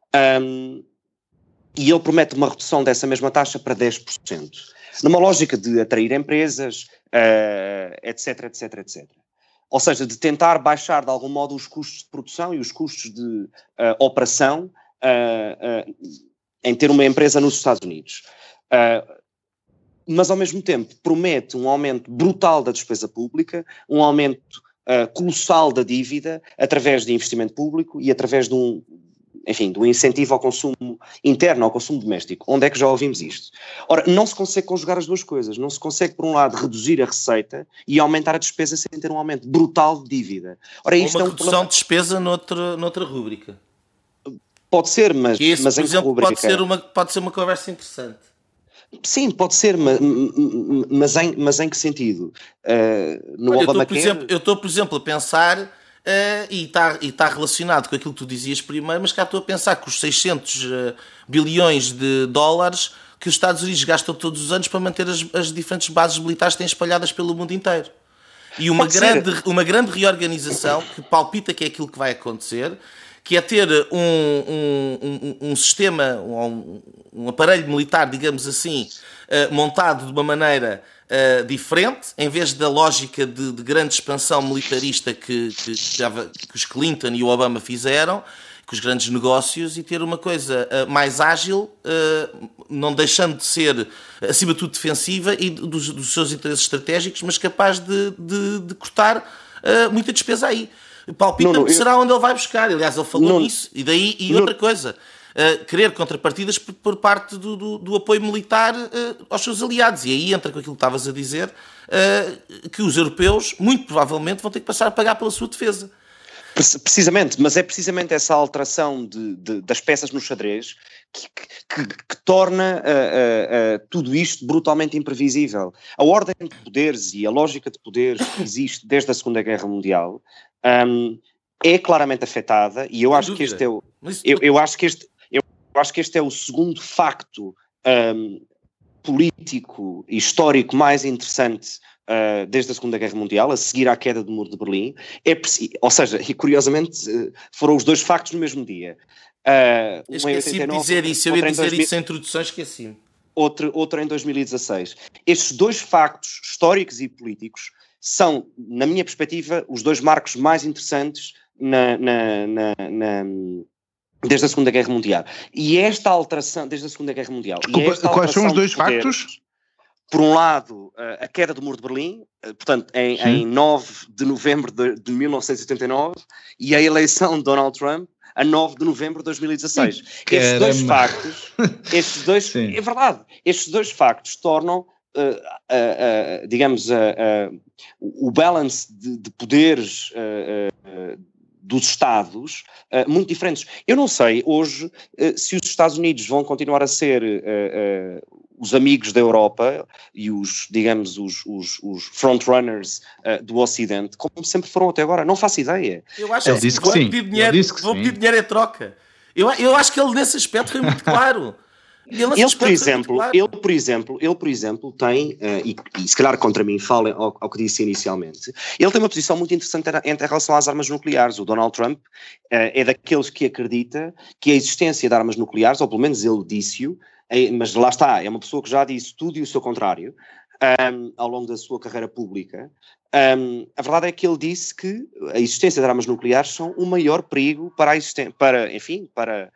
um, e ele promete uma redução dessa mesma taxa para dez por cento, numa lógica de atrair empresas, uh, etc, etc, etcétera. Ou seja, de tentar baixar de algum modo os custos de produção e os custos de uh, operação uh, uh, em ter uma empresa nos Estados Unidos. Uh, mas ao mesmo tempo promete um aumento brutal da despesa pública, um aumento uh, colossal da dívida, através de investimento público e através de um, enfim, de um incentivo ao consumo interno, ao consumo doméstico. Onde é que já ouvimos isto? Ora, não se consegue conjugar as duas coisas. Não se consegue, por um lado, reduzir a receita e aumentar a despesa sem ter um aumento brutal de dívida. Ora, isto
uma
é um
redução problema... de despesa noutra, noutra rúbrica.
Pode ser, mas,
Esse,
mas
por
em
exemplo,
que rúbrica?
Pode ser, uma, pode ser uma conversa interessante.
Sim, pode ser, mas, mas, em, mas em que sentido? Uh, no
Olha,
Obamacare?
Eu estou, por exemplo, a pensar, uh, e está e tá relacionado com aquilo que tu dizias primeiro, mas cá estou a pensar que os seiscentos bilhões de dólares que os Estados Unidos gastam todos os anos para manter as, as diferentes bases militares que têm espalhadas pelo mundo inteiro. E uma grande, uma grande reorganização que palpita que é aquilo que vai acontecer, que é ter um, um, um, um sistema, um, um aparelho militar, digamos assim, uh, montado de uma maneira uh, diferente, em vez da lógica de, de grande expansão militarista que, que, que os Clinton e o Obama fizeram, com os grandes negócios, e ter uma coisa uh, mais ágil, uh, não deixando de ser, acima de tudo, defensiva e dos, dos seus interesses estratégicos, mas capaz de, de, de cortar uh, muita despesa aí. Palpita-me que será eu... onde ele vai buscar. Aliás, ele falou não, nisso. E daí, e não, outra coisa, uh, querer contrapartidas por, por parte do, do, do apoio militar uh, aos seus aliados. E aí entra com aquilo que estavas a dizer, uh, que os europeus, muito provavelmente, vão ter que passar a pagar pela sua defesa.
Precisamente, mas é precisamente essa alteração de, de, das peças no xadrez que, que, que torna uh, uh, uh, tudo isto brutalmente imprevisível. A ordem de poderes e a lógica de poderes que existe desde a Segunda Guerra Mundial um, é claramente afetada, e eu acho que este é o eu, eu acho que este eu acho que este é o segundo facto um, político e histórico mais interessante Uh, desde a Segunda Guerra Mundial, a seguir à queda do Muro de Berlim, é preciso, ou seja, e curiosamente uh, foram os dois factos no mesmo dia.
Uh, esqueci de dizer isso, eu ia dizer dois mil, isso em introdução, esqueci-me.
Outro, outro em dois mil e dezasseis. Estes dois factos históricos e políticos são, na minha perspectiva, os dois marcos mais interessantes na, na, na, na desde a Segunda Guerra Mundial. E esta alteração, desde a Segunda Guerra Mundial...
Desculpa, quais são os dois poderes, factos?
Por um lado, a queda do Muro de Berlim, portanto, em, em nove de novembro de, de mil novecentos e oitenta e nove, e a eleição de Donald Trump a nove de novembro de dois mil e dezasseis. Estes dois factos, estes dois, é verdade, estes dois factos tornam, uh, uh, uh, digamos, uh, uh, o balance de, de poderes uh, uh, dos Estados uh, muito diferentes. Eu não sei hoje uh, se os Estados Unidos vão continuar a ser uh, uh, os amigos da Europa e os, digamos, os, os, os frontrunners uh, do Ocidente, como sempre foram até agora. Não faço ideia.
Eu acho ele que, disse que vão sim. pedir dinheiro, disse que vão sim. pedir dinheiro em troca. Eu, eu acho que ele nesse aspecto foi muito claro.
Ele, ele, por exemplo, claro. ele, por exemplo, ele, por exemplo, tem, uh, e, e se calhar contra mim fala ao, ao que disse inicialmente, ele tem uma posição muito interessante em relação às armas nucleares. O Donald Trump uh, é daqueles que acredita que a existência de armas nucleares, ou pelo menos ele disse-o, é, mas lá está, é uma pessoa que já disse tudo e o seu contrário um, ao longo da sua carreira pública. Um, a verdade é que ele disse que a existência de armas nucleares são o maior perigo para a existência, para, enfim, para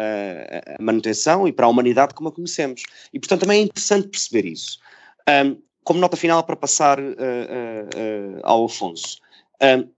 a manutenção e para a humanidade como a conhecemos. E, portanto, também é interessante perceber isso. Um, como nota final para passar uh, uh, uh, ao Afonso, um,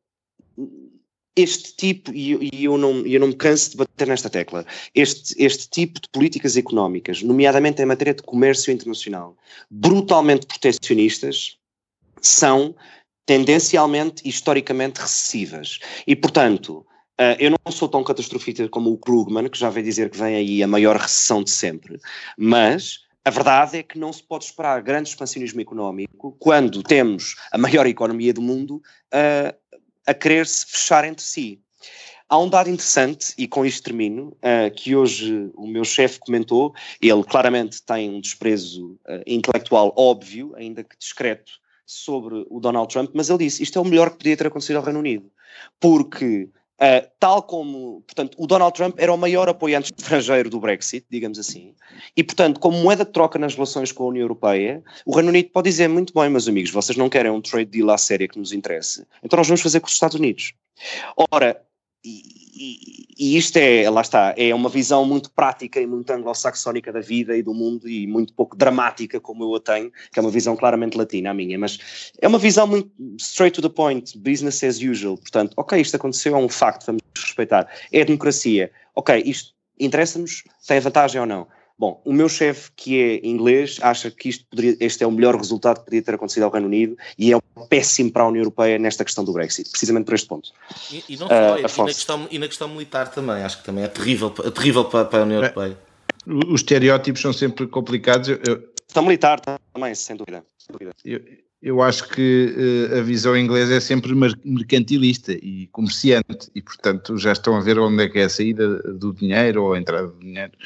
este tipo, e, e eu, não, eu não me canso de bater nesta tecla, este, este tipo de políticas económicas, nomeadamente em matéria de comércio internacional, brutalmente protecionistas, são tendencialmente e historicamente recessivas. E, portanto, Uh, eu não sou tão catastrofista como o Krugman, que já veio dizer que vem aí a maior recessão de sempre, mas a verdade é que não se pode esperar grande expansionismo económico quando temos a maior economia do mundo uh, a querer-se fechar entre si. Há um dado interessante, e com isto termino, uh, que hoje o meu chefe comentou. Ele claramente tem um desprezo uh, intelectual óbvio, ainda que discreto, sobre o Donald Trump, mas ele disse, isto é o melhor que podia ter acontecido ao Reino Unido, porque... Uh, tal como, portanto, o Donald Trump era o maior apoiante estrangeiro do Brexit, digamos assim, e, portanto, como moeda de troca nas relações com a União Europeia, o Reino Unido pode dizer, muito bem, meus amigos, vocês não querem um trade deal à séria que nos interesse, então nós vamos fazer com os Estados Unidos. Ora, e, e, e isto é, lá está, é uma visão muito prática e muito anglo-saxónica da vida e do mundo e muito pouco dramática como eu a tenho, que é uma visão claramente latina a minha, mas é uma visão muito straight to the point, business as usual. Portanto, ok, isto aconteceu, é um facto, vamos respeitar, é a democracia, ok, isto interessa-nos, tem vantagem ou não? Bom, o meu chefe, que é inglês, acha que isto poderia, este é o melhor resultado que poderia ter acontecido ao Reino Unido e é péssimo para a União Europeia nesta questão do Brexit, precisamente por este ponto.
E, e não só, uh, e, na questão, e na questão militar também, acho que também é terrível, é terrível para, para a União Europeia.
Os estereótipos são sempre complicados. Eu, eu,
questão militar também, sem dúvida. Sem dúvida.
Eu, eu acho que uh, a visão inglesa é sempre mercantilista e comerciante e, portanto, já estão a ver onde é que é a saída do dinheiro ou a entrada do dinheiro.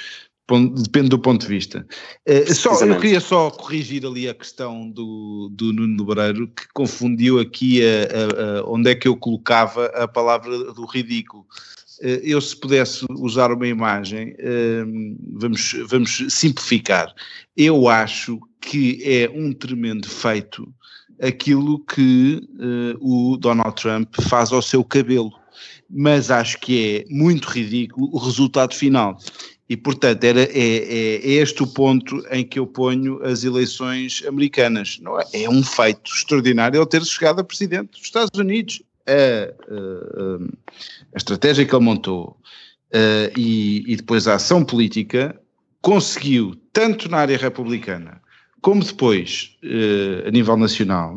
Depende do ponto de vista. Uh, só, eu queria só corrigir ali a questão do, do Nuno Lebreiro, que confundiu aqui a, a, a, onde é que eu colocava a palavra do ridículo. Uh, eu, se pudesse usar uma imagem, uh, vamos, vamos simplificar. Eu acho que é um tremendo feito aquilo que uh, o Donald Trump faz ao seu cabelo, mas acho que é muito ridículo o resultado final. E, portanto, era, é, é, é este o ponto em que eu ponho as eleições americanas. Não é? É um feito extraordinário ele ter chegado a presidente dos Estados Unidos. A, a, a estratégia que ele montou a, e, e depois a ação política conseguiu, tanto na área republicana como depois a, a nível nacional,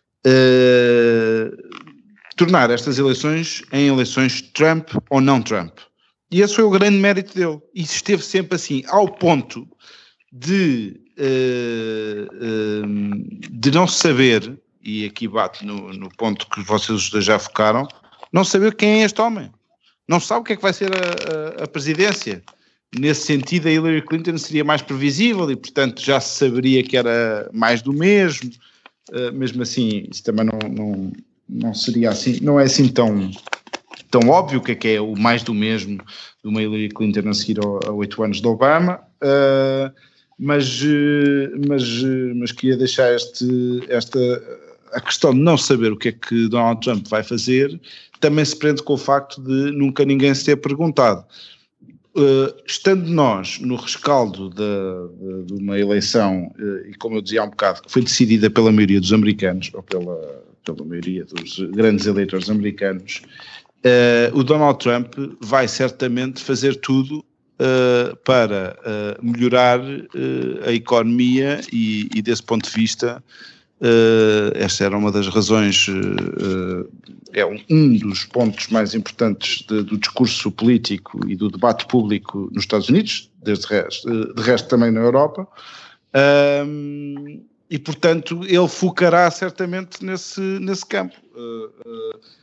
a, tornar estas eleições em eleições Trump ou não Trump. E esse foi o grande mérito dele. E esteve sempre assim, ao ponto de, uh, uh, de não saber, e aqui bate no, no ponto que vocês já focaram, não saber quem é este homem. Não sabe o que é que vai ser a, a, a presidência. Nesse sentido, a Hillary Clinton seria mais previsível e, portanto, já se saberia que era mais do mesmo. Uh, mesmo assim, isso também não, não, não seria assim, não é assim tão... tão óbvio que é que é o mais do mesmo de uma Hillary Clinton a seguir a oito anos de Obama, uh, mas, uh, mas, uh, mas queria deixar este, esta, a questão de não saber o que é que Donald Trump vai fazer, também se prende com o facto de nunca ninguém se ter perguntado. Uh, estando nós no rescaldo de, de, de uma eleição, uh, e como eu dizia há um bocado, que foi decidida pela maioria dos americanos, ou pela, pela maioria dos grandes eleitores americanos, Uh, o Donald Trump vai certamente fazer tudo uh, para uh, melhorar uh, a economia e, e desse ponto de vista uh, esta era uma das razões, uh, é um, um dos pontos mais importantes de, do discurso político e do debate público nos Estados Unidos, desde resto, de resto também na Europa, uh, e portanto ele focará certamente nesse, nesse campo. Uh, uh,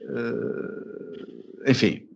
Uh, enfim,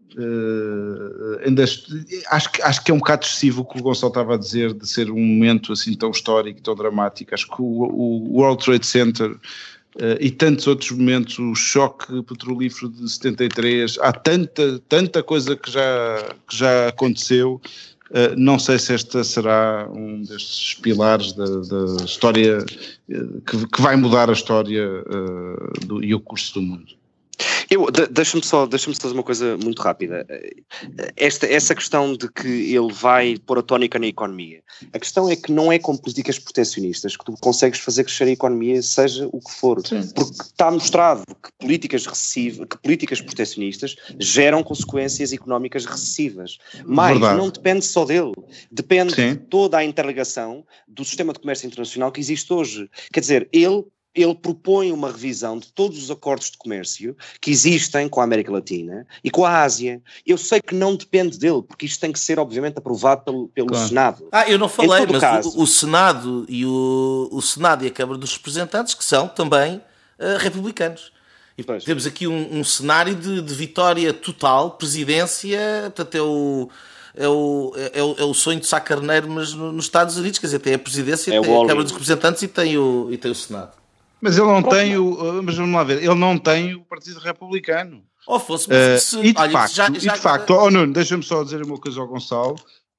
uh, ainda acho, que, acho que é um bocado excessivo o que o Gonçalo estava a dizer de ser um momento assim tão histórico, tão dramático. Acho que o, o World Trade Center uh, e tantos outros momentos, o choque petrolífero de setenta e três, há tanta, tanta coisa que já, que já aconteceu. Uh, não sei se esta será um destes pilares da, da história uh, que, que vai mudar a história uh, do, e o curso do mundo.
Eu, de, deixa-me só, deixa-me só dizer uma coisa muito rápida. Esta, essa questão de que ele vai pôr a tónica na economia. A questão é que não é com políticas proteccionistas que tu consegues fazer crescer a economia, seja o que for. Sim. Porque está mostrado que políticas recessivas, que políticas proteccionistas geram consequências económicas recessivas. Mas Verdade. Não depende só dele. Depende Sim. de toda a interligação do sistema de comércio internacional que existe hoje. Quer dizer, ele... ele propõe uma revisão de todos os acordos de comércio que existem com a América Latina e com a Ásia. Eu sei que não depende dele, porque isto tem que ser, obviamente, aprovado pelo, pelo claro. Senado.
Ah, eu não falei, mas caso, o, o Senado e o, o Senado e a Câmara dos Representantes, que são também uh, republicanos. E pois. Temos aqui um, um cenário de, de vitória total, presidência, portanto é o... É o, é, o, é o sonho de Sá Carneiro, mas no, nos Estados Unidos, quer dizer, tem a presidência, é tem a Câmara dos Representantes e tem o, e tem o Senado.
Mas ele não Como tem não? o, mas vamos lá ver, ele não tem o Partido Republicano.
Oh, fosse, mas se,
uh, e de
olha,
facto,
já, já,
e de facto, oh Nuno, deixa-me só dizer uma coisa ao Gonçalo,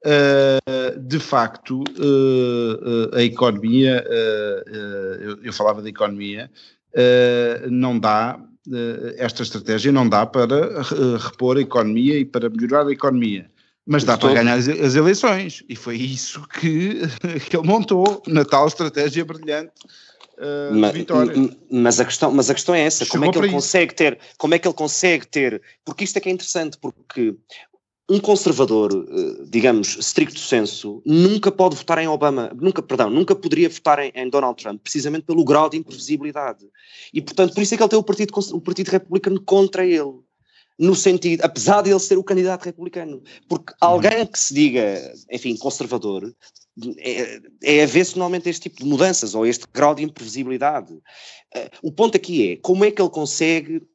uh, de facto, uh, uh, a economia, uh, uh, eu, eu falava da economia, uh, não dá, uh, esta estratégia não dá para uh, repor a economia e para melhorar a economia. Mas dá para ganhar as, as eleições, e foi isso que, que ele montou na tal estratégia brilhante. Uh,
mas, mas, a questão, mas a questão é essa, como é que ele consegue ter, como é que ele consegue ter, porque isto é que é interessante, porque um conservador, digamos, stricto sensu, nunca pode votar em Obama, nunca, perdão, nunca poderia votar em, em Donald Trump, precisamente pelo grau de imprevisibilidade, e portanto por isso é que ele tem o partido, o partido republicano contra ele. No sentido, apesar de ele ser o candidato republicano, porque alguém que se diga, enfim, conservador, é, é haver-se normalmente este tipo de mudanças, ou este grau de imprevisibilidade. Uh, o ponto aqui é, como é que ele consegue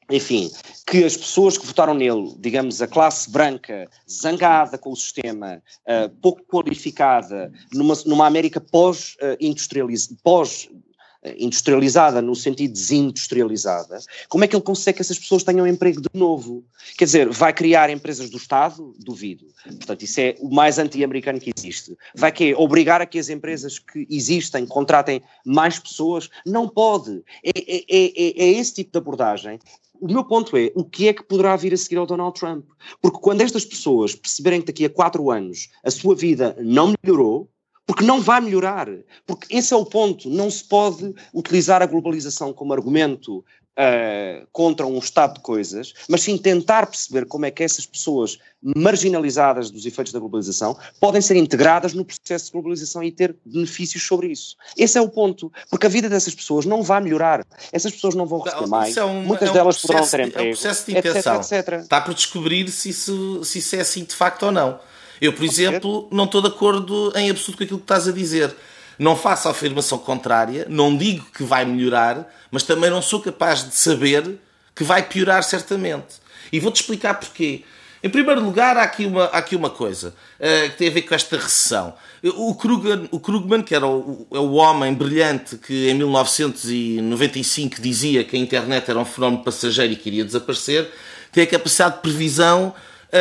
enfim, que as pessoas que votaram nele, digamos, a classe branca, zangada com o sistema, uh, pouco qualificada, numa, numa América pós-industrializada, pós, industrializada no sentido de desindustrializada, como é que ele consegue que essas pessoas tenham emprego de novo? Quer dizer, vai criar empresas do Estado? Duvido. Portanto, isso é o mais anti-americano que existe. Vai que obrigar a que as empresas que existem contratem mais pessoas? Não pode. É, é, é, é esse tipo de abordagem. O meu ponto é, o que é que poderá vir a seguir ao Donald Trump? Porque quando estas pessoas perceberem que daqui a quatro anos a sua vida não melhorou, porque não vai melhorar, porque esse é o ponto, não se pode utilizar a globalização como argumento uh, contra um estado de coisas, mas sim tentar perceber como é que essas pessoas marginalizadas dos efeitos da globalização podem ser integradas no processo de globalização e ter benefícios sobre isso. Esse é o ponto, porque a vida dessas pessoas não vai melhorar, essas pessoas não vão receber mais, é um, muitas é um delas poderão ter emprego,
é um processo de intenção,
etc, etcétera.
Está por descobrir se isso, se isso é assim de facto ou não. Eu, por exemplo, não estou de acordo em absoluto com aquilo que estás a dizer. Não faço a afirmação contrária, não digo que vai melhorar, mas também não sou capaz de saber que vai piorar certamente. E vou-te explicar porquê. Em primeiro lugar, há aqui uma, há aqui uma coisa uh, que tem a ver com esta recessão. O Krugman, o Krugman que era o, o, o homem brilhante que em mil novecentos e noventa e cinco dizia que a internet era um fenómeno passageiro e que iria desaparecer, tem a capacidade de previsão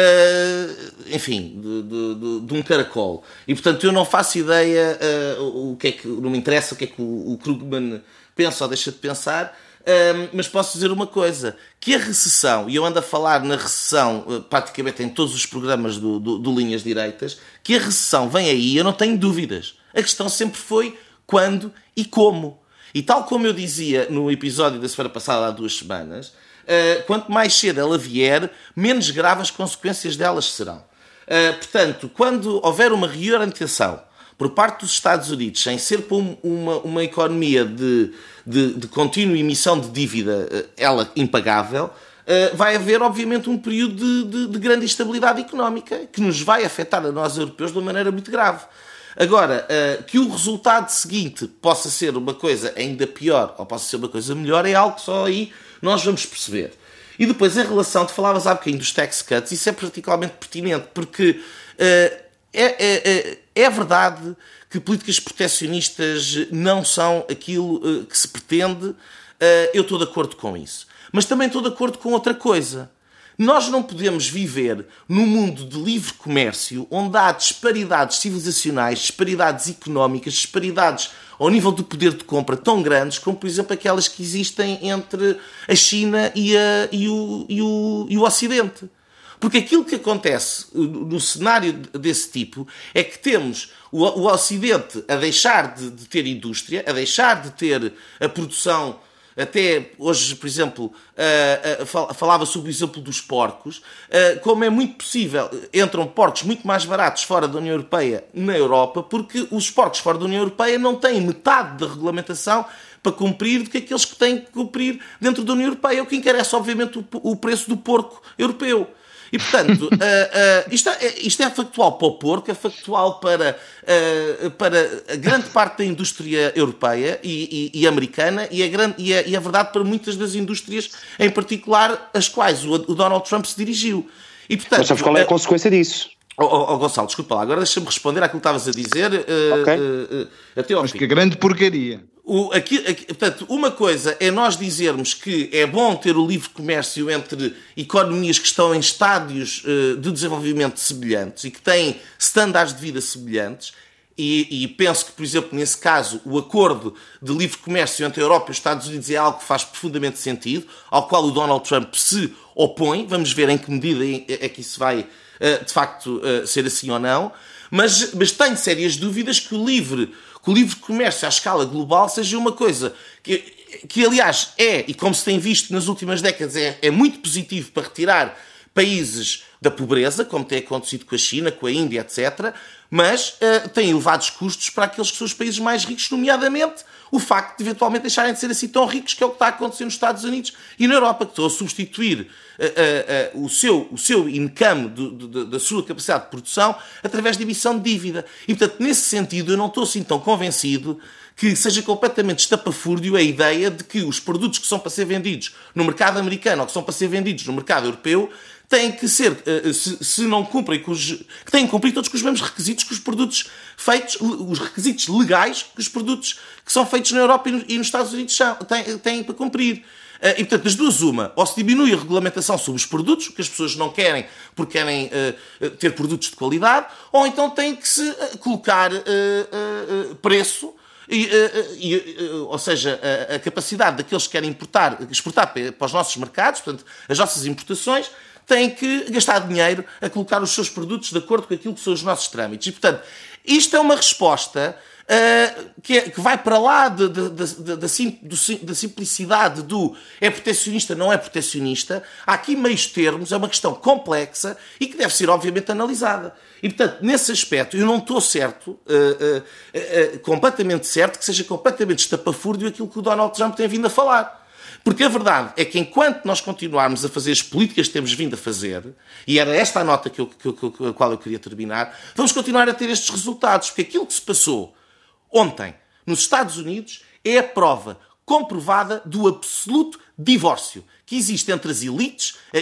Uh, enfim, de, de, de, de um caracol. E, portanto, eu não faço ideia uh, o que é que, não me interessa o que é que o, o Krugman pensa ou deixa de pensar, uh, mas posso dizer uma coisa, que a recessão, e eu ando a falar na recessão uh, praticamente em todos os programas do, do, do Linhas Direitas, que a recessão vem aí, eu não tenho dúvidas. A questão sempre foi quando e como. E tal como eu dizia no episódio da semana passada, há duas semanas, Uh, quanto mais cedo ela vier, menos graves as consequências delas serão. Uh, portanto, quando houver uma reorientação por parte dos Estados Unidos, em ser para uma, uma economia de, de, de contínua emissão de dívida, uh, ela impagável, uh, vai haver, obviamente, um período de, de, de grande instabilidade económica que nos vai afetar a nós europeus de uma maneira muito grave. Agora, uh, que o resultado seguinte possa ser uma coisa ainda pior ou possa ser uma coisa melhor é algo que só aí nós vamos perceber. E depois, em relação, tu falavas há bocadinho dos tax cuts, isso é particularmente pertinente, porque uh, é, é, é verdade que políticas proteccionistas não são aquilo uh, que se pretende, uh, eu estou de acordo com isso. Mas também estou de acordo com outra coisa. Nós não podemos viver num mundo de livre comércio onde há disparidades civilizacionais, disparidades económicas, disparidades ao nível do poder de compra tão grandes como, por exemplo, aquelas que existem entre a China e, a, e, o, e, o, e o Ocidente. Porque aquilo que acontece no cenário desse tipo é que temos o, o Ocidente a deixar de, de ter indústria, a deixar de ter a produção. Até hoje, por exemplo, uh, uh, falava sobre o exemplo dos porcos, uh, como é muito possível, entram porcos muito mais baratos fora da União Europeia na Europa, porque os porcos fora da União Europeia não têm metade da regulamentação para cumprir do que aqueles que têm que cumprir dentro da União Europeia, o que interessa, obviamente, o, o preço do porco europeu. E, portanto, uh, uh, isto, é, isto é factual para o porco, é factual para, uh, para a grande parte da indústria europeia e, e, e americana e é, grande, e, é, e é verdade para muitas das indústrias, em particular as quais o, o Donald Trump se dirigiu. E, portanto,
mas sabes qual é a consequência disso?
Oh, oh, oh, Gonçalo, desculpa lá, agora deixa-me responder àquilo que estavas a dizer. Uh,
okay.
uh, uh, até ao
mas
fim.
Que grande porcaria.
O, aqui, aqui, portanto, uma coisa é nós dizermos que é bom ter o livre comércio entre economias que estão em estádios uh, de desenvolvimento semelhantes e que têm estándares de vida semelhantes, e, e penso que, por exemplo, nesse caso, o acordo de livre comércio entre a Europa e os Estados Unidos é algo que faz profundamente sentido, ao qual o Donald Trump se opõe. Vamos ver em que medida é que isso vai, uh, de facto, uh, ser assim ou não. Mas, mas tenho sérias dúvidas que o livre que o livre comércio à escala global seja uma coisa que, que aliás, é, e como se tem visto nas últimas décadas, é, é muito positivo para retirar países da pobreza, como tem acontecido com a China, com a Índia, etcétera, mas uh, tem elevados custos para aqueles que são os países mais ricos, nomeadamente o facto de eventualmente deixarem de ser assim tão ricos, que é o que está a acontecer nos Estados Unidos e na Europa, que estão a substituir uh, uh, uh, o, seu, o seu income do, do, da sua capacidade de produção através de emissão de dívida. E, portanto, nesse sentido, eu não estou assim tão convencido que seja completamente estapafúrdio a ideia de que os produtos que são para ser vendidos no mercado americano ou que são para ser vendidos no mercado europeu têm que ser, se, se não cumprem, com os, que têm que cumprir todos com os mesmos requisitos que os produtos feitos, os requisitos legais que os produtos que são feitos na Europa e nos Estados Unidos são, têm, têm para cumprir. E, portanto, das duas, uma, ou se diminui a regulamentação sobre os produtos, que as pessoas não querem porque querem uh, ter produtos de qualidade, ou então tem que se uh, colocar uh, uh, preço, e, uh, e, uh, ou seja, a, a capacidade daqueles que querem importar, exportar para os nossos mercados, portanto, as nossas importações, têm que gastar dinheiro a colocar os seus produtos de acordo com aquilo que são os nossos trâmites. E, portanto, isto é uma resposta uh, que, é, que vai para lá de, de, de, de, da, sim, do, da simplicidade do é proteccionista, não é proteccionista. Há aqui meios termos, é uma questão complexa e que deve ser, obviamente, analisada. E, portanto, nesse aspecto, eu não estou certo, uh, uh, uh, uh, completamente certo, que seja completamente estapafúrdio aquilo que o Donald Trump tem vindo a falar. Porque a verdade é que enquanto nós continuarmos a fazer as políticas que temos vindo a fazer, e era esta a nota que eu, que, que, a qual eu queria terminar, vamos continuar a ter estes resultados. Porque aquilo que se passou ontem nos Estados Unidos é a prova comprovada do absoluto divórcio que existe entre as elites, a,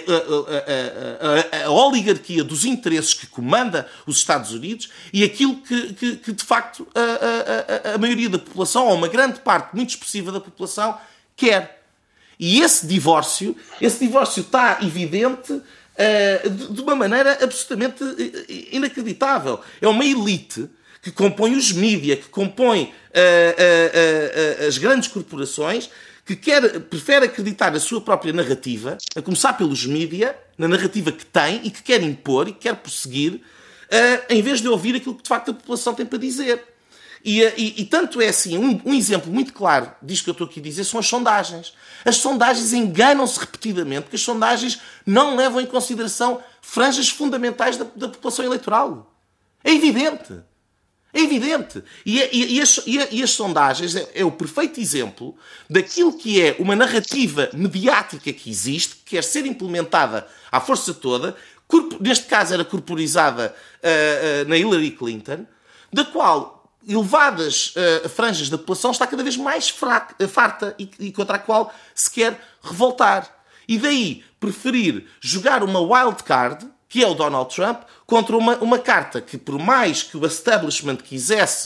a, a, a, a oligarquia dos interesses que comanda os Estados Unidos e aquilo que, que, que de facto, a, a, a maioria da população, ou uma grande parte muito expressiva da população, quer. E esse divórcio, esse divórcio está evidente uh, de, de uma maneira absolutamente inacreditável. É uma elite que compõe os mídia, que compõe uh, uh, uh, uh, as grandes corporações, que quer, prefere acreditar na sua própria narrativa, a começar pelos mídia, na narrativa que tem e que quer impor e que quer prosseguir, uh, em vez de ouvir aquilo que de facto a população tem para dizer. E, e, e tanto é assim, um, um exemplo muito claro disto que eu estou aqui a dizer são as sondagens. As sondagens enganam-se repetidamente porque as sondagens não levam em consideração franjas fundamentais da, da população eleitoral. É evidente. É evidente. E, e, e, as, e, e as sondagens é, é o perfeito exemplo daquilo que é uma narrativa mediática que existe, que quer ser implementada à força toda, neste caso era corporizada uh, uh, na Hillary Clinton, da qual elevadas uh, franjas da população está cada vez mais fraca, farta e, e contra a qual se quer revoltar. E daí preferir jogar uma wild card, que é o Donald Trump, contra uma, uma carta que, por mais que o establishment quisesse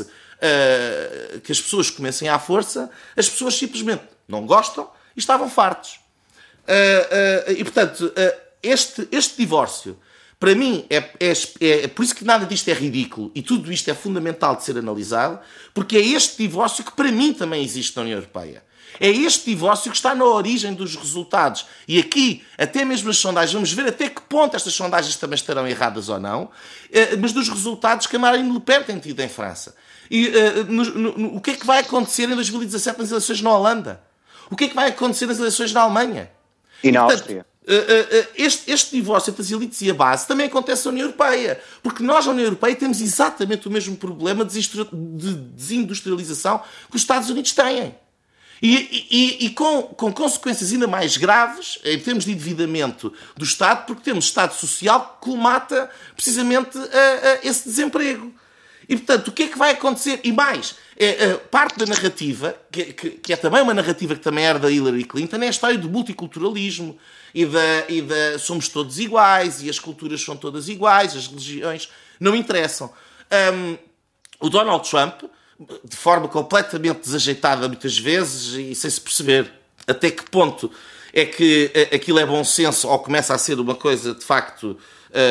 uh, que as pessoas comecem à força, as pessoas simplesmente não gostam e estavam fartos. Uh, uh, e, portanto, uh, este, este divórcio, para mim, é, é, é por isso que nada disto é ridículo e tudo isto é fundamental de ser analisado, porque é este divórcio que para mim também existe na União Europeia. É este divórcio que está na origem dos resultados. E aqui, até mesmo as sondagens, vamos ver até que ponto estas sondagens também estarão erradas ou não, mas dos resultados que a Marine Le Pen tem tido em França. E uh, no, no, o que é que vai acontecer em dois mil e dezassete nas eleições na Holanda? O que é que vai acontecer nas eleições na Alemanha?
E na Áustria?
Este, este divórcio entre as elites e a base também acontece na União Europeia, porque nós na União Europeia temos exatamente o mesmo problema de desindustrialização que os Estados Unidos têm. E, e, e com, com consequências ainda mais graves em termos de endividamento do Estado, porque temos Estado Social que colmata precisamente uh, uh, esse desemprego. E, portanto, o que é que vai acontecer? E mais, é, é, parte da narrativa, que, que, que é também uma narrativa que também era da Hillary Clinton, é a história do multiculturalismo e da, e da somos todos iguais e as culturas são todas iguais, as religiões não interessam. Um, o Donald Trump, de forma completamente desajeitada muitas vezes e sem se perceber até que ponto é que aquilo é bom senso ou começa a ser uma coisa de facto uh,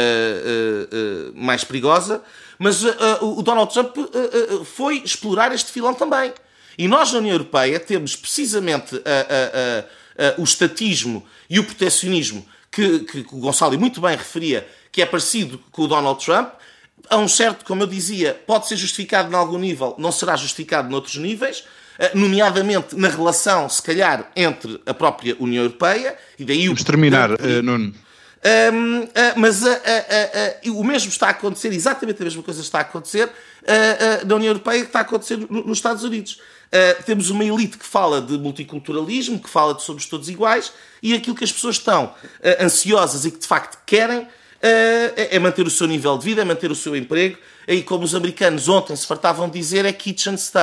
uh, uh, mais perigosa, mas uh, uh, o Donald Trump uh, uh, foi explorar este filão também. E nós na União Europeia temos precisamente uh, uh, uh, uh, o estatismo e o proteccionismo que, que o Gonçalo muito bem referia, que é parecido com o Donald Trump. A um certo, como eu dizia, pode ser justificado em algum nível, não será justificado noutros níveis, nomeadamente na relação, se calhar, entre a própria União Europeia, e daí
Vamos o... terminar, uh, Nuno.
Um, uh, mas uh, uh, uh, uh, o mesmo está a acontecer, exatamente a mesma coisa está a acontecer uh, uh, na União Europeia que está a acontecer no, nos Estados Unidos. Uh, temos uma elite que fala de multiculturalismo, que fala de somos todos iguais, e aquilo que as pessoas estão uh, ansiosas e que de facto querem é manter o seu nível de vida, é manter o seu emprego, e como os americanos ontem se fartavam de dizer, é kitchen stuff.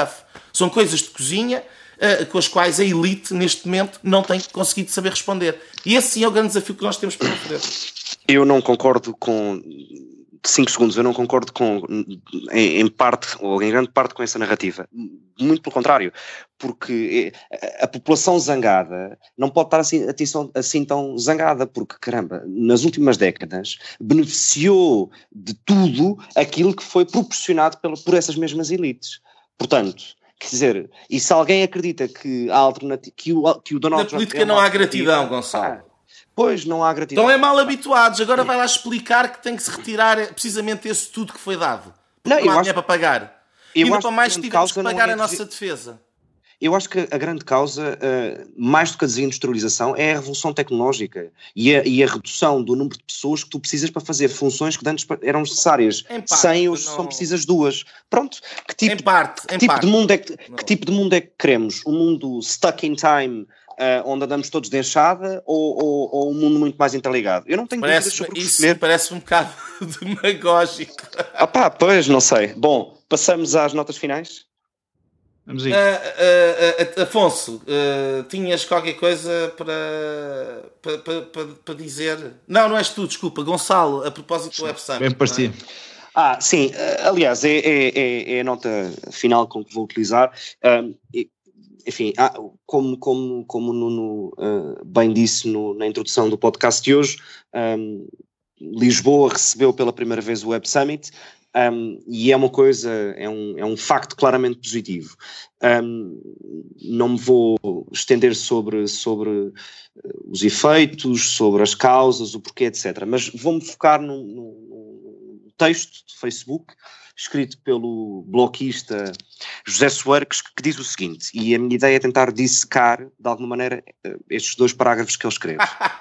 São coisas de cozinha uh, com as quais a elite, neste momento, não tem conseguido saber responder. E esse sim é o grande desafio que nós temos para fazer.
Eu não concordo com... cinco segundos, eu não concordo com, em, em parte, ou em grande parte com essa narrativa. Muito pelo contrário, porque a, a população zangada não pode estar assim, assim tão zangada, porque, caramba, nas últimas décadas beneficiou de tudo aquilo que foi proporcionado pela, por essas mesmas elites. Portanto, quer dizer, e se alguém acredita que a alternativa, que o, que o Donald
Na
Trump...
política é não há gratidão, Gonçalo.
Ah, pois, não há gratidão.
Então é mal habituados. Agora vai lá explicar que tem que se retirar precisamente esse tudo que foi dado. Porque não, não há dinheiro para pagar. E ainda para mais tivemos que pagar a nossa defesa.
Eu acho que a grande causa, uh, mais do que a desindustrialização, é a revolução tecnológica e a, e a redução do número de pessoas que tu precisas para fazer funções que antes eram necessárias. cem hoje não... são precisas duas. Pronto. Que tipo,
em parte, em
que tipo
parte.
de mundo é que, que tipo de mundo é que queremos? Um mundo stuck in time, Uh, onde andamos todos de enxada, ou, ou, ou um mundo muito mais interligado? Eu não tenho
parece,
dúvidas sobre o que
isso
escolher.
Parece um bocado demagógico.
Ah pá, pois, não sei. Bom, passamos às notas finais?
Vamos aí.
Uh, uh, uh, Afonso, uh, tinhas qualquer coisa para, para, para, para, para dizer? Não, não és tu, desculpa. Gonçalo, a propósito do Web Summit.
Bem parecia.
É?
Ah, sim. Aliás, é, é, é a nota final com que vou utilizar. Um, Enfim, como, como, como o Nuno uh, bem disse no, na introdução do podcast de hoje, um, Lisboa recebeu pela primeira vez o Web Summit, um, e é uma coisa, é um, é um facto claramente positivo. Um, não me vou estender sobre, sobre os efeitos, sobre as causas, o porquê, etcétera, mas vou-me focar num, num texto de Facebook escrito pelo bloquista José Soares, que diz o seguinte, e a minha ideia é tentar dissecar, de alguma maneira, estes dois parágrafos que ele escreve.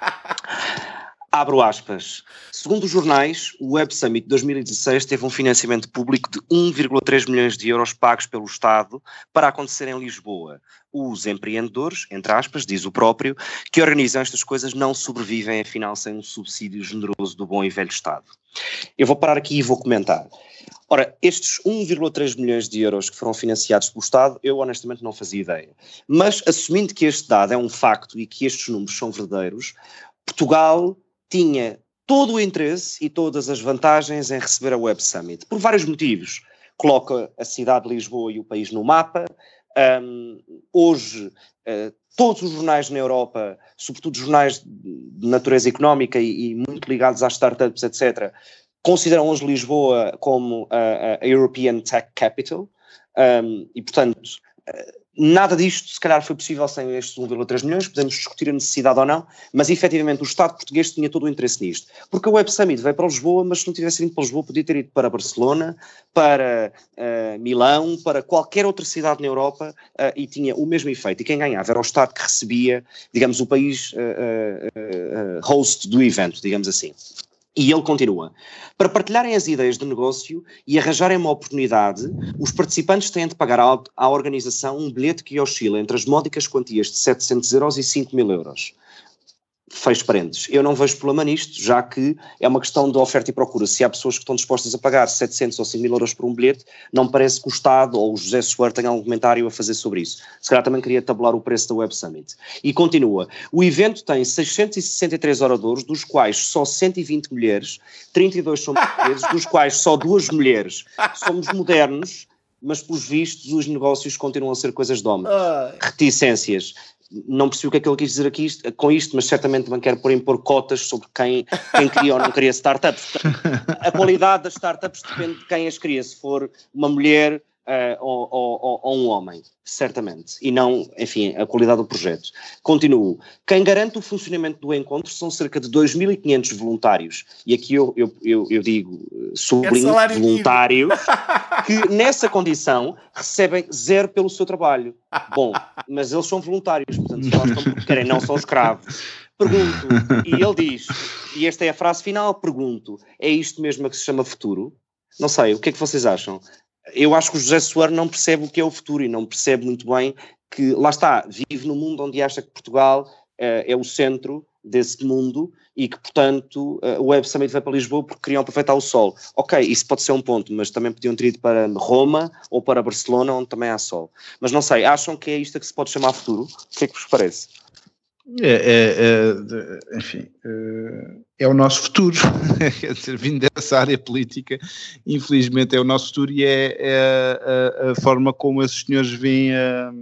Abro aspas. Segundo os jornais, o Web Summit dois mil e dezasseis teve um financiamento público de um vírgula três milhões de euros pagos pelo Estado para acontecer em Lisboa. Os empreendedores, entre aspas, diz o próprio, que organizam estas coisas não sobrevivem, afinal, sem um subsídio generoso do bom e velho Estado. Eu vou parar aqui e vou comentar. Ora, estes um vírgula três milhões de euros que foram financiados pelo Estado, eu honestamente não fazia ideia. Mas, assumindo que este dado é um facto e que estes números são verdadeiros, Portugal tinha todo o interesse e todas as vantagens em receber a Web Summit, por vários motivos. Coloca a cidade de Lisboa e o país no mapa. Um, hoje, uh, todos os jornais na Europa, sobretudo jornais de natureza económica e, e muito ligados às startups, etcétera, consideram hoje Lisboa como a, a European Tech Capital, um, e portanto, nada disto se calhar foi possível sem estes um vírgula três milhões, podemos discutir a necessidade ou não, mas efetivamente o Estado português tinha todo o interesse nisto, porque a Web Summit veio para Lisboa, mas se não tivesse vindo para Lisboa podia ter ido para Barcelona, para uh, Milão, para qualquer outra cidade na Europa, uh, e tinha o mesmo efeito, e quem ganhava era o Estado que recebia, digamos, o país uh, uh, uh, host do evento, digamos assim. E ele continua. Para partilharem as ideias de negócio e arranjarem uma oportunidade, os participantes têm de pagar à organização um bilhete que oscila entre as módicas quantias de setecentos euros e cinco mil euros. Fecho parênteses. Eu não vejo problema nisto, já que é uma questão de oferta e procura. Se há pessoas que estão dispostas a pagar setecentos ou cinco mil euros por um bilhete, não me parece que o Estado ou o José Soares tenham algum comentário a fazer sobre isso. Se calhar também queria tabular o preço da Web Summit. E continua. O evento tem seiscentos e sessenta e três oradores, dos quais só cento e vinte mulheres, trinta e dois são mulheres, dos quais só duas mulheres. Somos modernos, mas pelos vistos os negócios continuam a ser coisas de homens. Reticências. Não percebi o que é que ele quis dizer aqui isto, com isto, mas certamente também quer pôr impor cotas sobre quem, quem queria ou não queria startups. A qualidade das startups depende de quem as cria, se for uma mulher uh, ou, ou, ou um homem, certamente, e não, enfim, a qualidade do projeto. Continuo. Quem garante o funcionamento do encontro são cerca de dois mil e quinhentos voluntários, e aqui eu, eu, eu, eu digo, sublinho, voluntários, que nessa condição recebem zero pelo seu trabalho. Bom, mas eles são voluntários, portanto, se elas estão porque querem, não são escravos. Pergunto, e ele diz, e esta é a frase final, pergunto, é isto mesmo a que se chama futuro? Não sei, o que é que vocês acham? Eu acho que o José Soares não percebe o que é o futuro e não percebe muito bem que, lá está, vive num mundo onde acha que Portugal é o centro desse mundo e que, portanto, o Web Summit vai para Lisboa porque queriam aproveitar o sol. Ok, isso pode ser um ponto, mas também podiam ter ido para Roma ou para Barcelona, onde também há sol. Mas não sei, acham que é isto que se pode chamar futuro? O que é que vos parece?
É, é, é, enfim, é o nosso futuro, quer dizer, vindo dessa área política, infelizmente é o nosso futuro e é, é a, a forma como esses senhores veem a,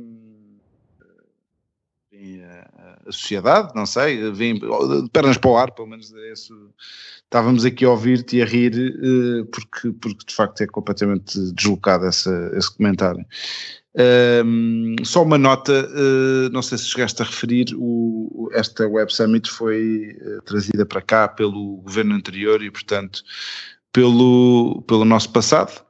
veem a, a sociedade, não sei, veem de pernas para o ar, pelo menos é isso. Estávamos aqui a ouvir-te e a rir, porque, porque de facto é completamente deslocado essa, esse comentário. Um, só uma nota, uh, não sei se chegaste a referir, o, esta Web Summit foi uh, trazida para cá pelo governo anterior e, portanto, pelo, pelo nosso passado,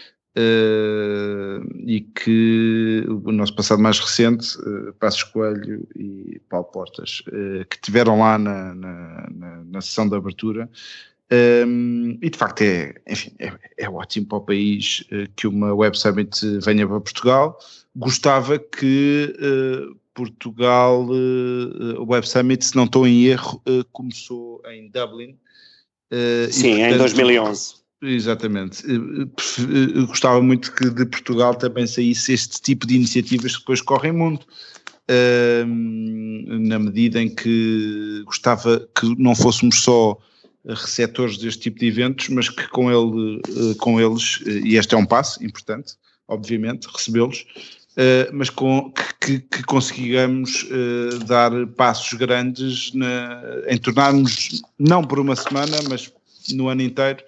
uh, e que o nosso passado mais recente, uh, Passos Coelho e Paulo Portas, uh, que tiveram lá na, na, na, na sessão de abertura. Um, e de facto é, enfim, é, é ótimo para o país uh, que uma Web Summit venha para Portugal. Gostava que uh, Portugal, uh, o Web Summit, se não estou em erro, uh, começou em Dublin. Uh,
Sim, e, portanto, em dois mil e onze.
Exatamente. Uh, uh, gostava muito que de Portugal também saísse este tipo de iniciativas que depois correm mundo. Uh, na medida em que gostava que não fôssemos só receptores deste tipo de eventos, mas que com, ele, com eles, e este é um passo importante, obviamente, recebê-los, mas com, que, que consigamos dar passos grandes na, em tornarmos, não por uma semana, mas no ano inteiro,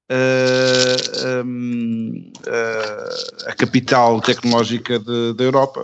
a, a, a capital tecnológica da Europa.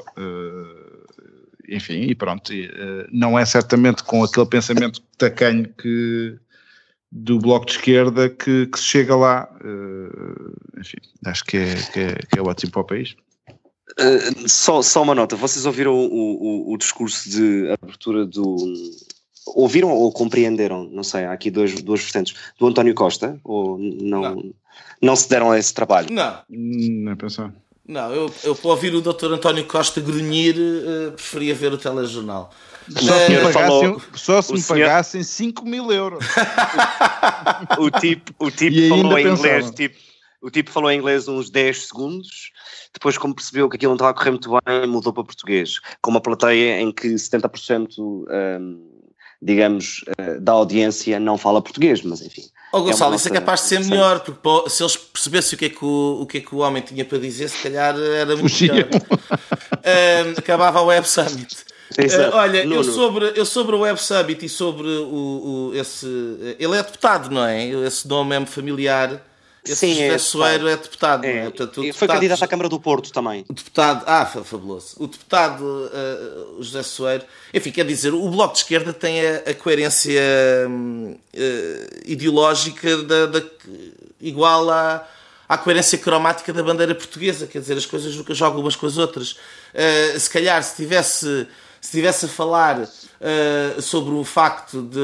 Enfim, e pronto, não é certamente com aquele pensamento tacanho que do Bloco de Esquerda que, que se chega lá, uh, enfim, acho que é, que, é, que é ótimo para o país.
Uh, só, só uma nota, vocês ouviram o, o, o discurso de abertura do... Ouviram ou compreenderam, não sei, há aqui dois, duas vertentes, do António Costa, ou não, não. não se deram a esse trabalho?
Não.
Não é pensar.
Não, eu, eu para ouvir o doutor António Costa grunhir, uh, preferia ver o telejornal.
Só se me pagassem, falou, só se me senhor... pagassem cinco mil euros.
O, o tipo, o tipo falou em inglês, tipo, o tipo falou em inglês uns dez segundos, depois como percebeu que aquilo não estava a correr muito bem, mudou para português, com uma plateia em que setenta por cento, um, digamos, uh, da audiência não fala português, mas enfim.
Oh, Gonçalo, é isso é capaz de ser melhor, porque pô, se eles percebessem o que, é que o, o que é que o homem tinha para dizer, se calhar era muito melhor. um, acabava a Web Summit. Uh, olha, eu sobre, eu sobre o Web Summit e sobre o, o, esse... Ele é deputado, não é? Esse nome é familiar. Esse
Sim,
José
é
Soeiro é deputado,
é,
não é? Portanto,
foi
deputado,
candidato à Câmara do Porto também.
O deputado... Ah, fabuloso. O deputado uh, José Soeiro... Enfim, quer dizer, o Bloco de Esquerda tem a, a coerência uh, ideológica da, da, igual à, à coerência cromática da bandeira portuguesa. Quer dizer, as coisas nunca jogam umas com as outras. Uh, se calhar, se tivesse... Se estivesse a falar uh, sobre o facto de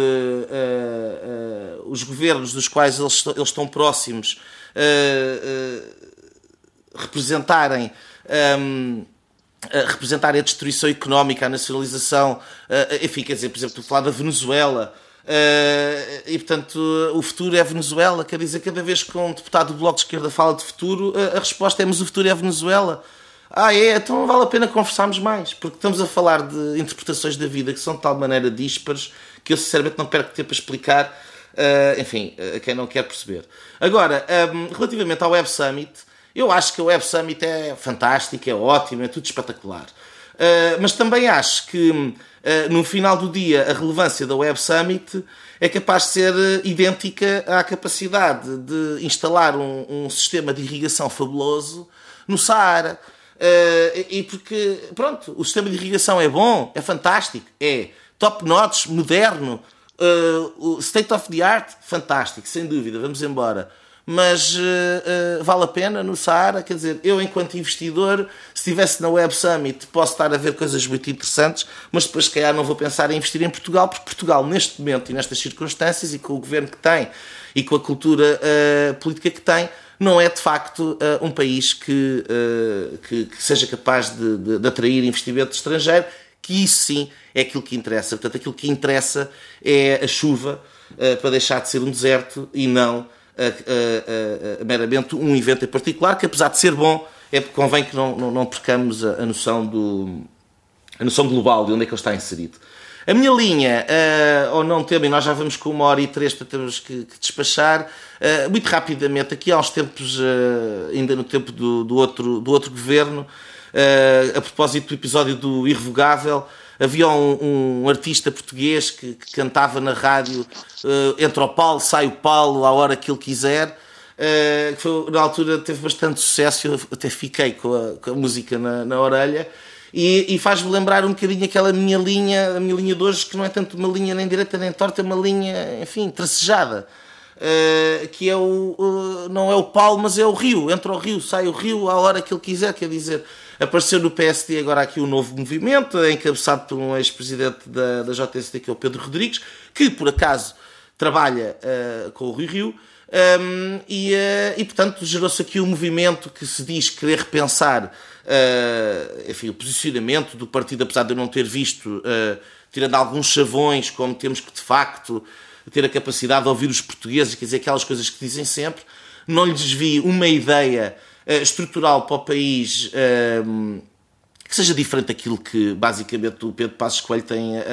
uh, uh, os governos dos quais eles, eles estão próximos uh, uh, representarem, um, uh, representarem a destruição económica, a nacionalização, uh, enfim, quer dizer, por exemplo, falar da Venezuela, uh, e portanto o futuro é a Venezuela, quer dizer, cada vez que um deputado do Bloco de Esquerda fala de futuro, uh, a resposta é, mas o futuro é a Venezuela. Ah, é? Então vale a pena conversarmos mais, porque estamos a falar de interpretações da vida que são de tal maneira díspares que eu sinceramente não perco tempo a explicar, uh, enfim, a quem não quer perceber. Agora, um, relativamente ao Web Summit, eu acho que o Web Summit é fantástico, é ótimo, é tudo espetacular. Uh, mas também acho que uh, no final do dia a relevância da Web Summit é capaz de ser idêntica à capacidade de instalar um, um sistema de irrigação fabuloso no Saara. Uh, e porque, pronto, o sistema de irrigação é bom, é fantástico, é top-notch, moderno, uh, state of the art, fantástico, sem dúvida, vamos embora. Mas uh, uh, vale a pena no Saara? Quer dizer, eu enquanto investidor, se estivesse na Web Summit, posso estar a ver coisas muito interessantes, mas depois se calhar não vou pensar em investir em Portugal, porque Portugal neste momento e nestas circunstâncias e com o governo que tem e com a cultura uh, política que tem, não é de facto um país que, que, que seja capaz de, de, de atrair investimento estrangeiro, que isso sim é aquilo que interessa. Portanto, aquilo que interessa é a chuva uh, para deixar de ser um deserto e não uh, uh, uh, uh, meramente um evento em particular, que apesar de ser bom, é porque convém que não, não, não percamos a, a, noção do, a noção global de onde é que ele está inserido. A minha linha, uh, ou não tema, e nós já vamos com uma hora e três para termos que, que despachar, uh, muito rapidamente, aqui há uns tempos, uh, ainda no tempo do, do, outro, do outro governo, uh, a propósito do episódio do Irrevogável, havia um, um artista português que, que cantava na rádio, uh, entra o Paulo, sai o Paulo, à hora que ele quiser, uh, que foi, na altura teve bastante sucesso, eu até fiquei com a, com a música na, na orelha. E, e faz-me lembrar um bocadinho aquela minha linha, a minha linha de hoje, que não é tanto uma linha nem direita nem torta, é uma linha, enfim, tracejada, uh, que é o, uh, não é o Paulo, mas é o Rio, entra o Rio, sai o Rio à hora que ele quiser, quer dizer, apareceu no P S D agora aqui um novo movimento, encabeçado por um ex-presidente da, da J S D, que é o Pedro Rodrigues, que por acaso trabalha uh, com o Rio Rio, um, e, uh, e portanto gerou-se aqui um movimento que se diz querer repensar Uh, enfim, o posicionamento do partido, apesar de eu não ter visto, uh, tirando alguns chavões, como temos que de facto ter a capacidade de ouvir os portugueses, quer dizer, aquelas coisas que dizem sempre, não lhes vi uma ideia uh, estrutural para o país uh, que seja diferente daquilo que basicamente o Pedro Passos Coelho tem, uh,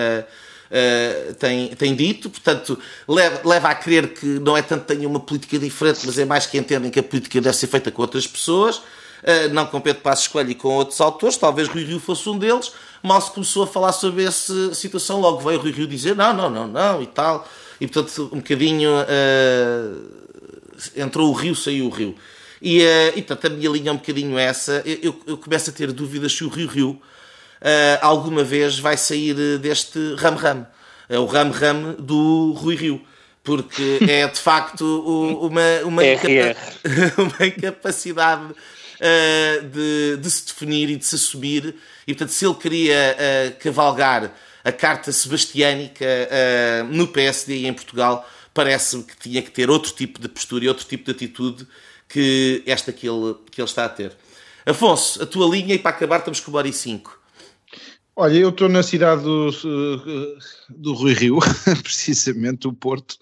uh, tem, tem dito, portanto leva, leva a crer que não é tanto que tenha uma política diferente, mas é mais que entendem que a política deve ser feita com outras pessoas. Uh, não com Pedro Passos Coelho e com outros autores, talvez Rui Rio fosse um deles. Mal se começou a falar sobre essa situação, logo veio o Rui Rio dizer não, não, não, não e tal, e portanto um bocadinho uh, entrou o Rio, saiu o Rio, e, uh, e portanto a minha linha é um bocadinho essa. Eu, eu começo a ter dúvidas se o Rio Rio uh, alguma vez vai sair deste ram-ram, é o ram-ram do Rui Rio, porque é de facto uma, uma, incapa- uma incapacidade Uh, de, de se definir e de se assumir, e portanto se ele queria uh, cavalgar a carta sebastiânica uh, no P S D e em Portugal, parece-me que tinha que ter outro tipo de postura e outro tipo de atitude que esta que ele, que ele está a ter. Afonso, a tua linha, e para acabar estamos com o Bora e cinco.
Olha, eu estou na cidade do, do Rui Rio, precisamente, o Porto.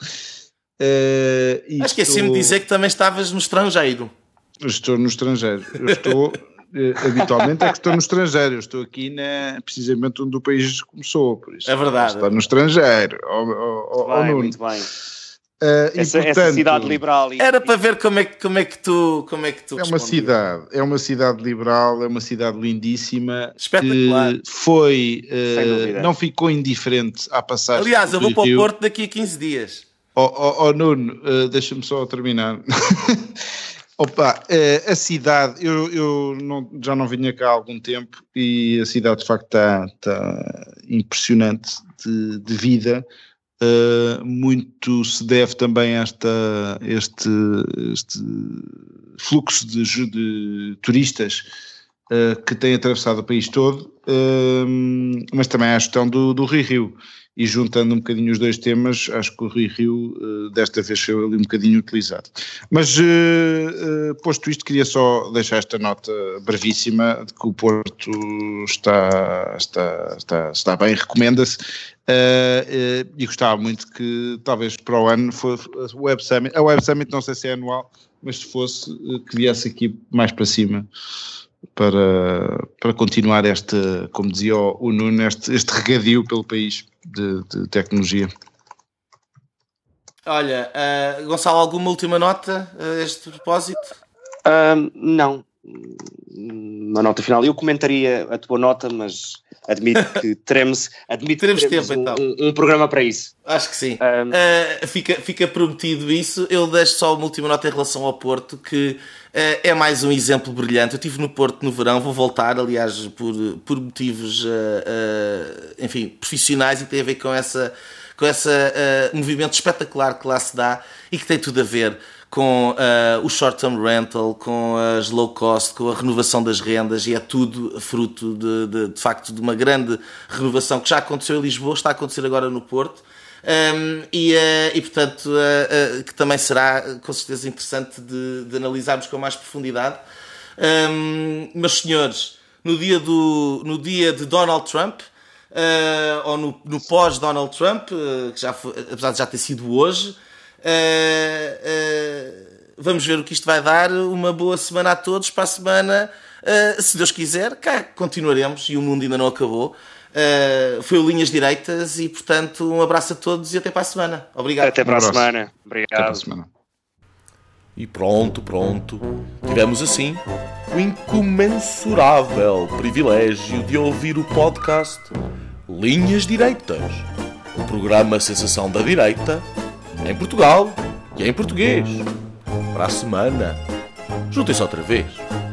Uh, Esqueci-me de dizer que também estavas no estrangeiro.
Estou no estrangeiro. Eu estou, eh, habitualmente é que estou no estrangeiro. Eu estou aqui na, precisamente onde o país começou. Por isso,
é verdade.
Está no estrangeiro. Oh, oh, oh,
bem, muito bem.
Uh,
essa,
e, portanto,
essa cidade liberal. E...
Era para ver como é, como é que tu como é que tu
É uma cidade, é uma cidade liberal, é uma cidade lindíssima.
Espetacular.
Que foi, uh, não ficou indiferente à passagem.
Aliás, eu vou
Rio.
para o Porto daqui a quinze dias.
Oh, oh, oh Nuno, uh, deixa-me só terminar. Opa, a cidade, eu, eu não, já não vinha cá há algum tempo e a cidade de facto está, está impressionante de, de vida. Uh, muito se deve também a esta, este, este fluxo de, de turistas uh, que tem atravessado o país todo, uh, mas também à gestão do, do Rio Rio. E juntando um bocadinho os dois temas, acho que o Rio Rio uh, desta vez foi ali um bocadinho utilizado. Mas, uh, uh, posto isto, queria só deixar esta nota brevíssima de que o Porto está, está, está, está bem, recomenda-se, uh, uh, e gostava muito que talvez para o ano fosse a Web Summit, a Web Summit não sei se é anual, mas se fosse, uh, que viesse aqui mais para cima, para, para continuar este, como dizia o, o Nuno, este, este regadio pelo país de, de tecnologia.
Olha, uh, Gonçalo, alguma última nota a este propósito?
Uh, não. Uma nota final. Eu comentaria a tua nota, mas admito que teremos, admito
teremos,
que teremos
tempo,
um,
então.
um, um programa para isso.
Acho que sim. Um... Uh, fica, fica prometido isso. Eu deixo só uma última nota em relação ao Porto, que uh, é mais um exemplo brilhante. Eu estive no Porto no verão, vou voltar, aliás, por, por motivos uh, uh, enfim, profissionais, e tem a ver com essa, com esse uh, movimento espetacular que lá se dá e que tem tudo a ver com uh, o short-term rental, com as low cost, com a renovação das rendas, e é tudo fruto de, de, de facto de uma grande renovação que já aconteceu em Lisboa, está a acontecer agora no Porto, um, e, uh, e portanto uh, uh, que também será com certeza interessante de, de analisarmos com mais profundidade. Um, meus senhores, no dia, do, no dia de Donald Trump, uh, ou no, no pós-Donald Trump, uh, que já foi, apesar de já ter sido hoje. Uh, uh, vamos ver o que isto vai dar. Uma boa semana a todos. Para a semana, uh, se Deus quiser, cá continuaremos e o mundo ainda não acabou. Uh, foi o Linhas Direitas e, portanto, um abraço a todos e até para a semana. Obrigado.
Até para a semana.
Obrigado. Até para a semana.
E pronto, pronto. Tivemos assim o incomensurável privilégio de ouvir o podcast Linhas Direitas, o programa Sensação da Direita, em Portugal e em português. Para a semana, juntem-se outra vez.